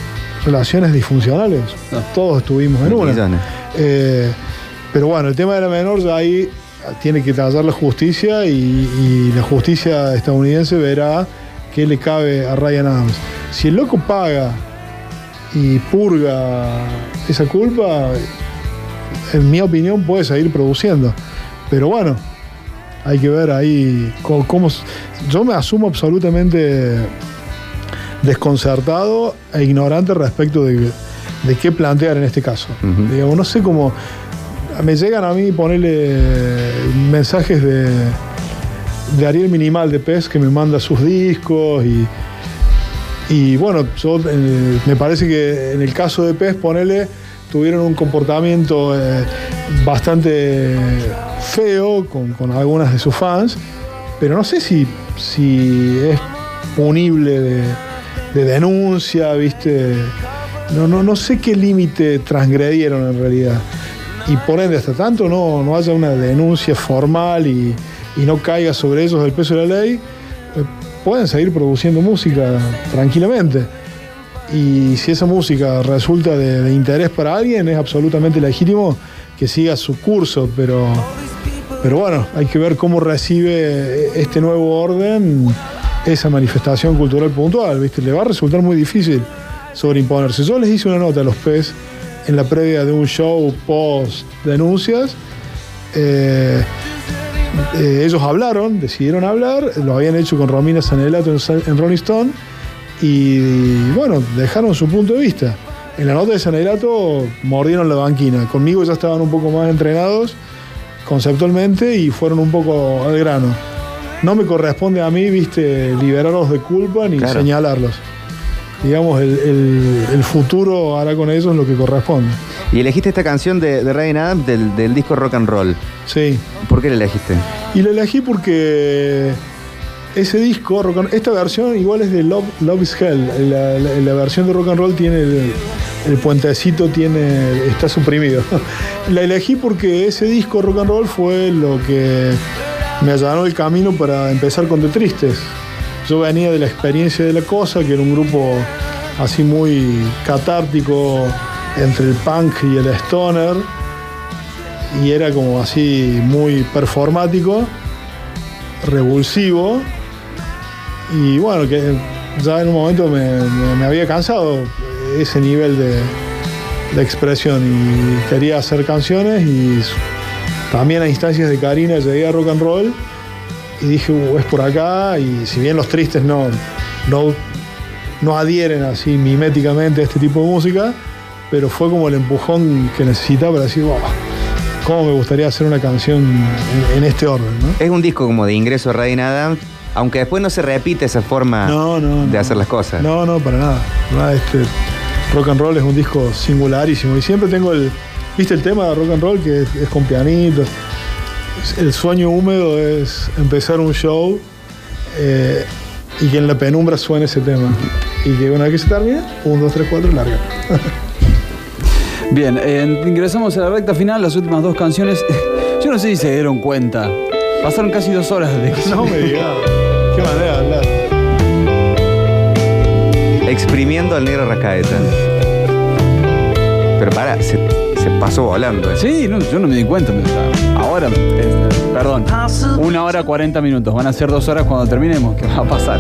relaciones disfuncionales. Todos estuvimos en una. Millones. Pero bueno, el tema de la menor ya ahí tiene que tallar la justicia y la justicia estadounidense verá qué le cabe a Ryan Adams. Si el loco paga y purga esa culpa, en mi opinión puede seguir produciendo. Pero bueno, hay que ver ahí cómo. Yo me asumo absolutamente desconcertado e ignorante respecto de qué plantear en este caso. Digamos, no sé cómo. Me llegan a mí ponerle mensajes de Ariel Minimal de PES que me manda sus discos y bueno, yo, me parece que en el caso de PES, tuvieron un comportamiento bastante feo con algunas de sus fans, pero no sé si es punible de denuncia, ¿viste? No sé qué límite transgredieron en realidad. Y por ende, hasta tanto no haya una denuncia formal y no caiga sobre ellos el peso de la ley, pueden seguir produciendo música tranquilamente. Y si esa música resulta de interés para alguien, es absolutamente legítimo que siga su curso, pero bueno, hay que ver cómo recibe este nuevo orden esa manifestación cultural puntual, ¿viste? Le va a resultar muy difícil sobreimponerse. Yo les hice una nota a los PES en la previa de un show post denuncias. Ellos decidieron hablar, lo habían hecho con Romina Sanelato en Rolling Stone y bueno, dejaron su punto de vista. En la nota de Sanelato mordieron la banquina, conmigo ya estaban un poco más entrenados conceptualmente y fueron un poco al grano. No me corresponde a mí, ¿viste?, liberarlos de culpa ni señalarlos. Digamos, el futuro hará con ellos lo que corresponde. Y elegiste esta canción de Ryan Adams del disco Rock and Roll. Sí. ¿Por qué la elegiste? Y la elegí porque ese disco, esta versión igual es de Love is Hell. La versión de Rock and Roll tiene el puentecito, está suprimido. La elegí porque ese disco Rock and Roll fue lo que me allanó el camino para empezar con The Tristes. Yo venía de la experiencia de La Cosa, que era un grupo así muy catártico entre el punk y el stoner, y era como así muy performático, revulsivo, y bueno, que ya en un momento me había cansado ese nivel de expresión y quería hacer canciones, y también a instancias de Karina llegué a Rock and Roll y dije, es por acá, y si bien los Tristes no adhieren así miméticamente a este tipo de música, pero fue como el empujón que necesitaba para decir, wow, cómo me gustaría hacer una canción en este orden, ¿no? Es un disco como de ingreso a Ryan Adams, aunque después no se repite esa forma de hacer las cosas. No, para nada. Rock and Roll es un disco singularísimo, y siempre tengo ¿viste el tema de Rock and Roll que es con pianitos? El sueño húmedo es empezar un show y que en la penumbra suene ese tema. Y que una vez que se termina, 1, 2, 3, 4, larga. Bien, ingresamos a la recta final, las últimas dos canciones. Yo no sé si se dieron cuenta. Pasaron casi 2 horas de que... No me digas. Qué manera de hablar. Exprimiendo al negro Rascaeta. Pero se pasó volando. Sí, yo no me di cuenta. Ahora, perdón, 1 hora 40 minutos. Van a ser 2 horas cuando terminemos. ¿Qué va a pasar?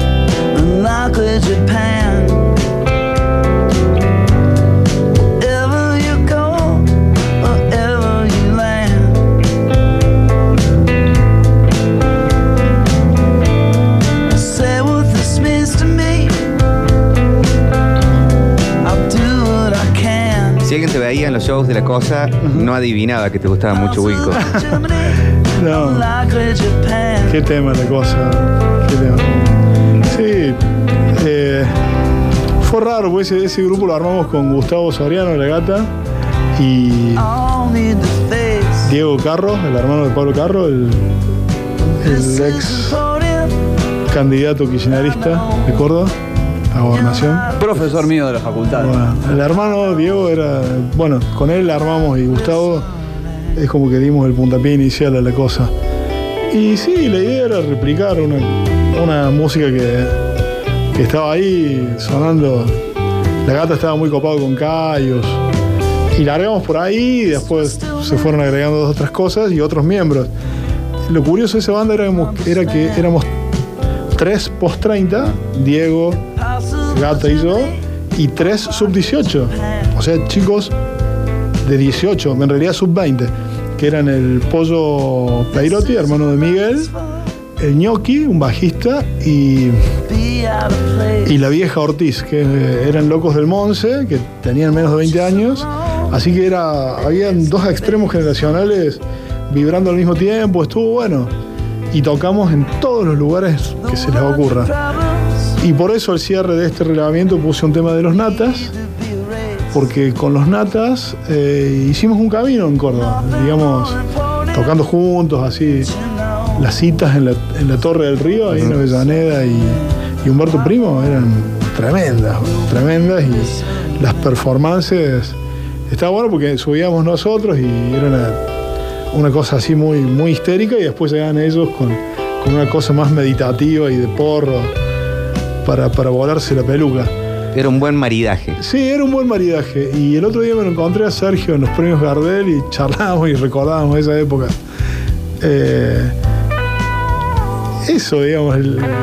Si alguien te veía en los shows de La Cosa, no adivinaba que te gustaba mucho Wilco. No. Qué tema La Cosa. Qué tema. Sí. Fue raro, pues ese grupo lo armamos con Gustavo Soriano, La Gata, y Diego Carro, el hermano de Pablo Carro, el ex candidato kirchnerista de Córdoba a gobernación. Profesor mío de la facultad. Bueno, el hermano Diego con él la armamos, y Gustavo es como que dimos el puntapié inicial a La Cosa. Y sí, la idea era replicar una música que estaba ahí sonando La Gata estaba muy copado con Cayos. Y largamos por ahí y después se fueron agregando 2 otras cosas y otros miembros. Lo curioso de esa banda era que éramos 3 post-30, Diego, Gata y yo, y 3 sub-18. O sea, chicos de 18, en realidad sub-20, que eran el Pollo Peirotti, hermano de Miguel, el Ñoqui, un bajista, y la vieja Ortiz, que eran locos del Monse, que tenían menos de 20 años. Así que habían 2 extremos generacionales vibrando al mismo tiempo, estuvo bueno. Y tocamos en todos los lugares que se les ocurra. Y por eso al cierre de este relevamiento puse un tema de los Natas, porque con los Natas hicimos un camino en Córdoba, digamos, tocando juntos, así, las citas en la Torre del Río, ahí en Avellaneda y Humberto Primo eran tremendas, y las performances, estaba bueno porque subíamos nosotros y era una cosa así muy, muy histérica, y después llegaban ellos con una cosa más meditativa y de porro para volarse la peluca. Era un buen maridaje. Sí, era un buen maridaje. Y el otro día me lo encontré a Sergio en los premios Gardel y charlábamos y recordábamos esa época. Eso, digamos,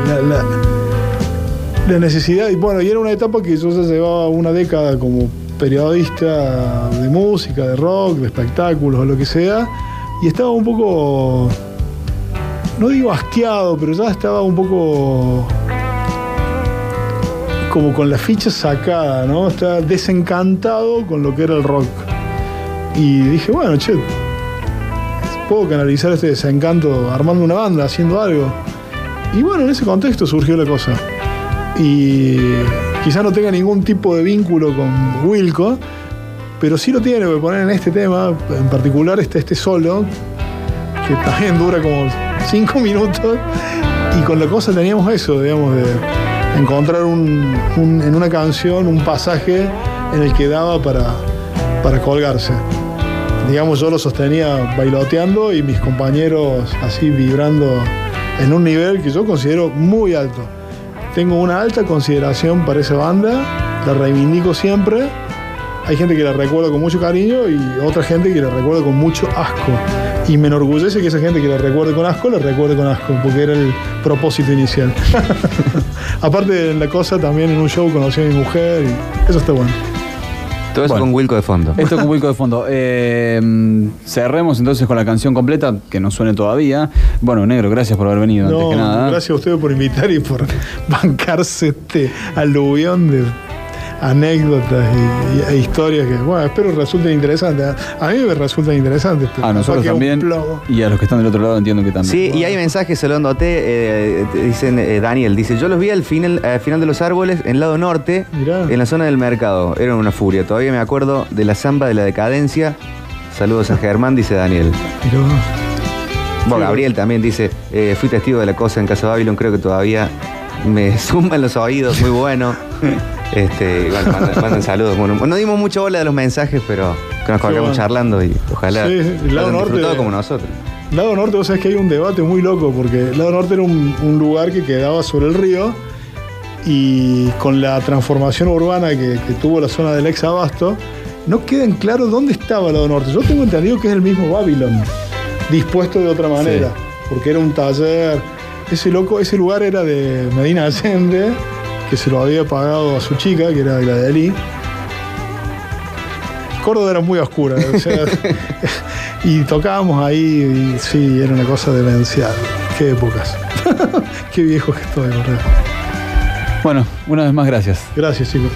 la necesidad. Y bueno, y era una etapa que yo ya llevaba una década como periodista de música, de rock, de espectáculos o lo que sea. Y estaba un poco, no digo asqueado, pero ya estaba un poco como con la ficha sacada, ¿no? Estaba desencantado con lo que era el rock. Y dije, bueno, che, puedo canalizar este desencanto armando una banda, haciendo algo. Y bueno, en ese contexto surgió la cosa. Y quizá no tenga ningún tipo de vínculo con Wilco, pero sí lo tiene, porque poner en este tema, en particular este solo, que también dura como 5 minutos, y con la cosa teníamos eso, digamos, de encontrar en una canción un pasaje en el que daba para colgarse. Digamos, yo lo sostenía bailoteando y mis compañeros así vibrando en un nivel que yo considero muy alto. Tengo una alta consideración para esa banda, la reivindico siempre. Hay gente que la recuerda con mucho cariño y otra gente que la recuerda con mucho asco. Y me enorgullece que esa gente que la recuerde con asco, porque era el propósito inicial. Aparte de la cosa, también en un show conocí a mi mujer y eso está bueno. Todo eso con Wilco de fondo. Esto con Wilco de fondo. Cerremos entonces con la canción completa, que no suene todavía. Bueno, Negro, gracias por haber venido, antes que nada. Gracias a ustedes por invitar y por bancarse este aluvión de anécdotas e historias que, bueno, espero resulten interesantes. A mí me resultan interesantes. A nosotros también. Y a los que están del otro lado entiendo que también. Sí, bueno. Y hay mensajes saludándote. Dicen, Daniel dice: yo los vi al final de Los Árboles, en lado norte, Mirá. en la zona del mercado. Eran una furia. Todavía me acuerdo de la samba de la decadencia. Saludos a Germán, dice Daniel. Pero, Bueno, Gabriel también dice: fui testigo de la cosa en Casa Babylon, creo que todavía me suman los oídos, muy bueno. Bueno, mandan saludos. Bueno, no dimos mucha bola de los mensajes, pero que nos colgamos charlando y ojalá sí, el lado norte, disfrutado como nosotros. Lado Norte, vos sabés que hay un debate muy loco, porque Lado Norte era un lugar que quedaba sobre el río, y con la transformación urbana que tuvo la zona del ex Abasto, no queda en claro dónde estaba Lado Norte. Yo tengo entendido que es el mismo Babylon, dispuesto de otra manera, porque era un taller. Ese lugar era de Medina Allende, que se lo había pagado a su chica, que era la de Ali. Córdoba era muy oscura, o sea, y tocábamos ahí, y sí, era una cosa demencial. Qué épocas. Qué viejo que estoy, ¿verdad? Bueno, una vez más, gracias. Gracias, chicos.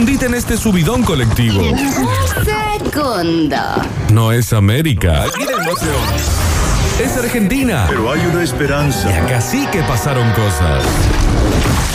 confundite en este subidón colectivo. Segundo. No es América. Aquí del Museo. Es Argentina. Pero hay una esperanza. Y acá sí que pasaron cosas.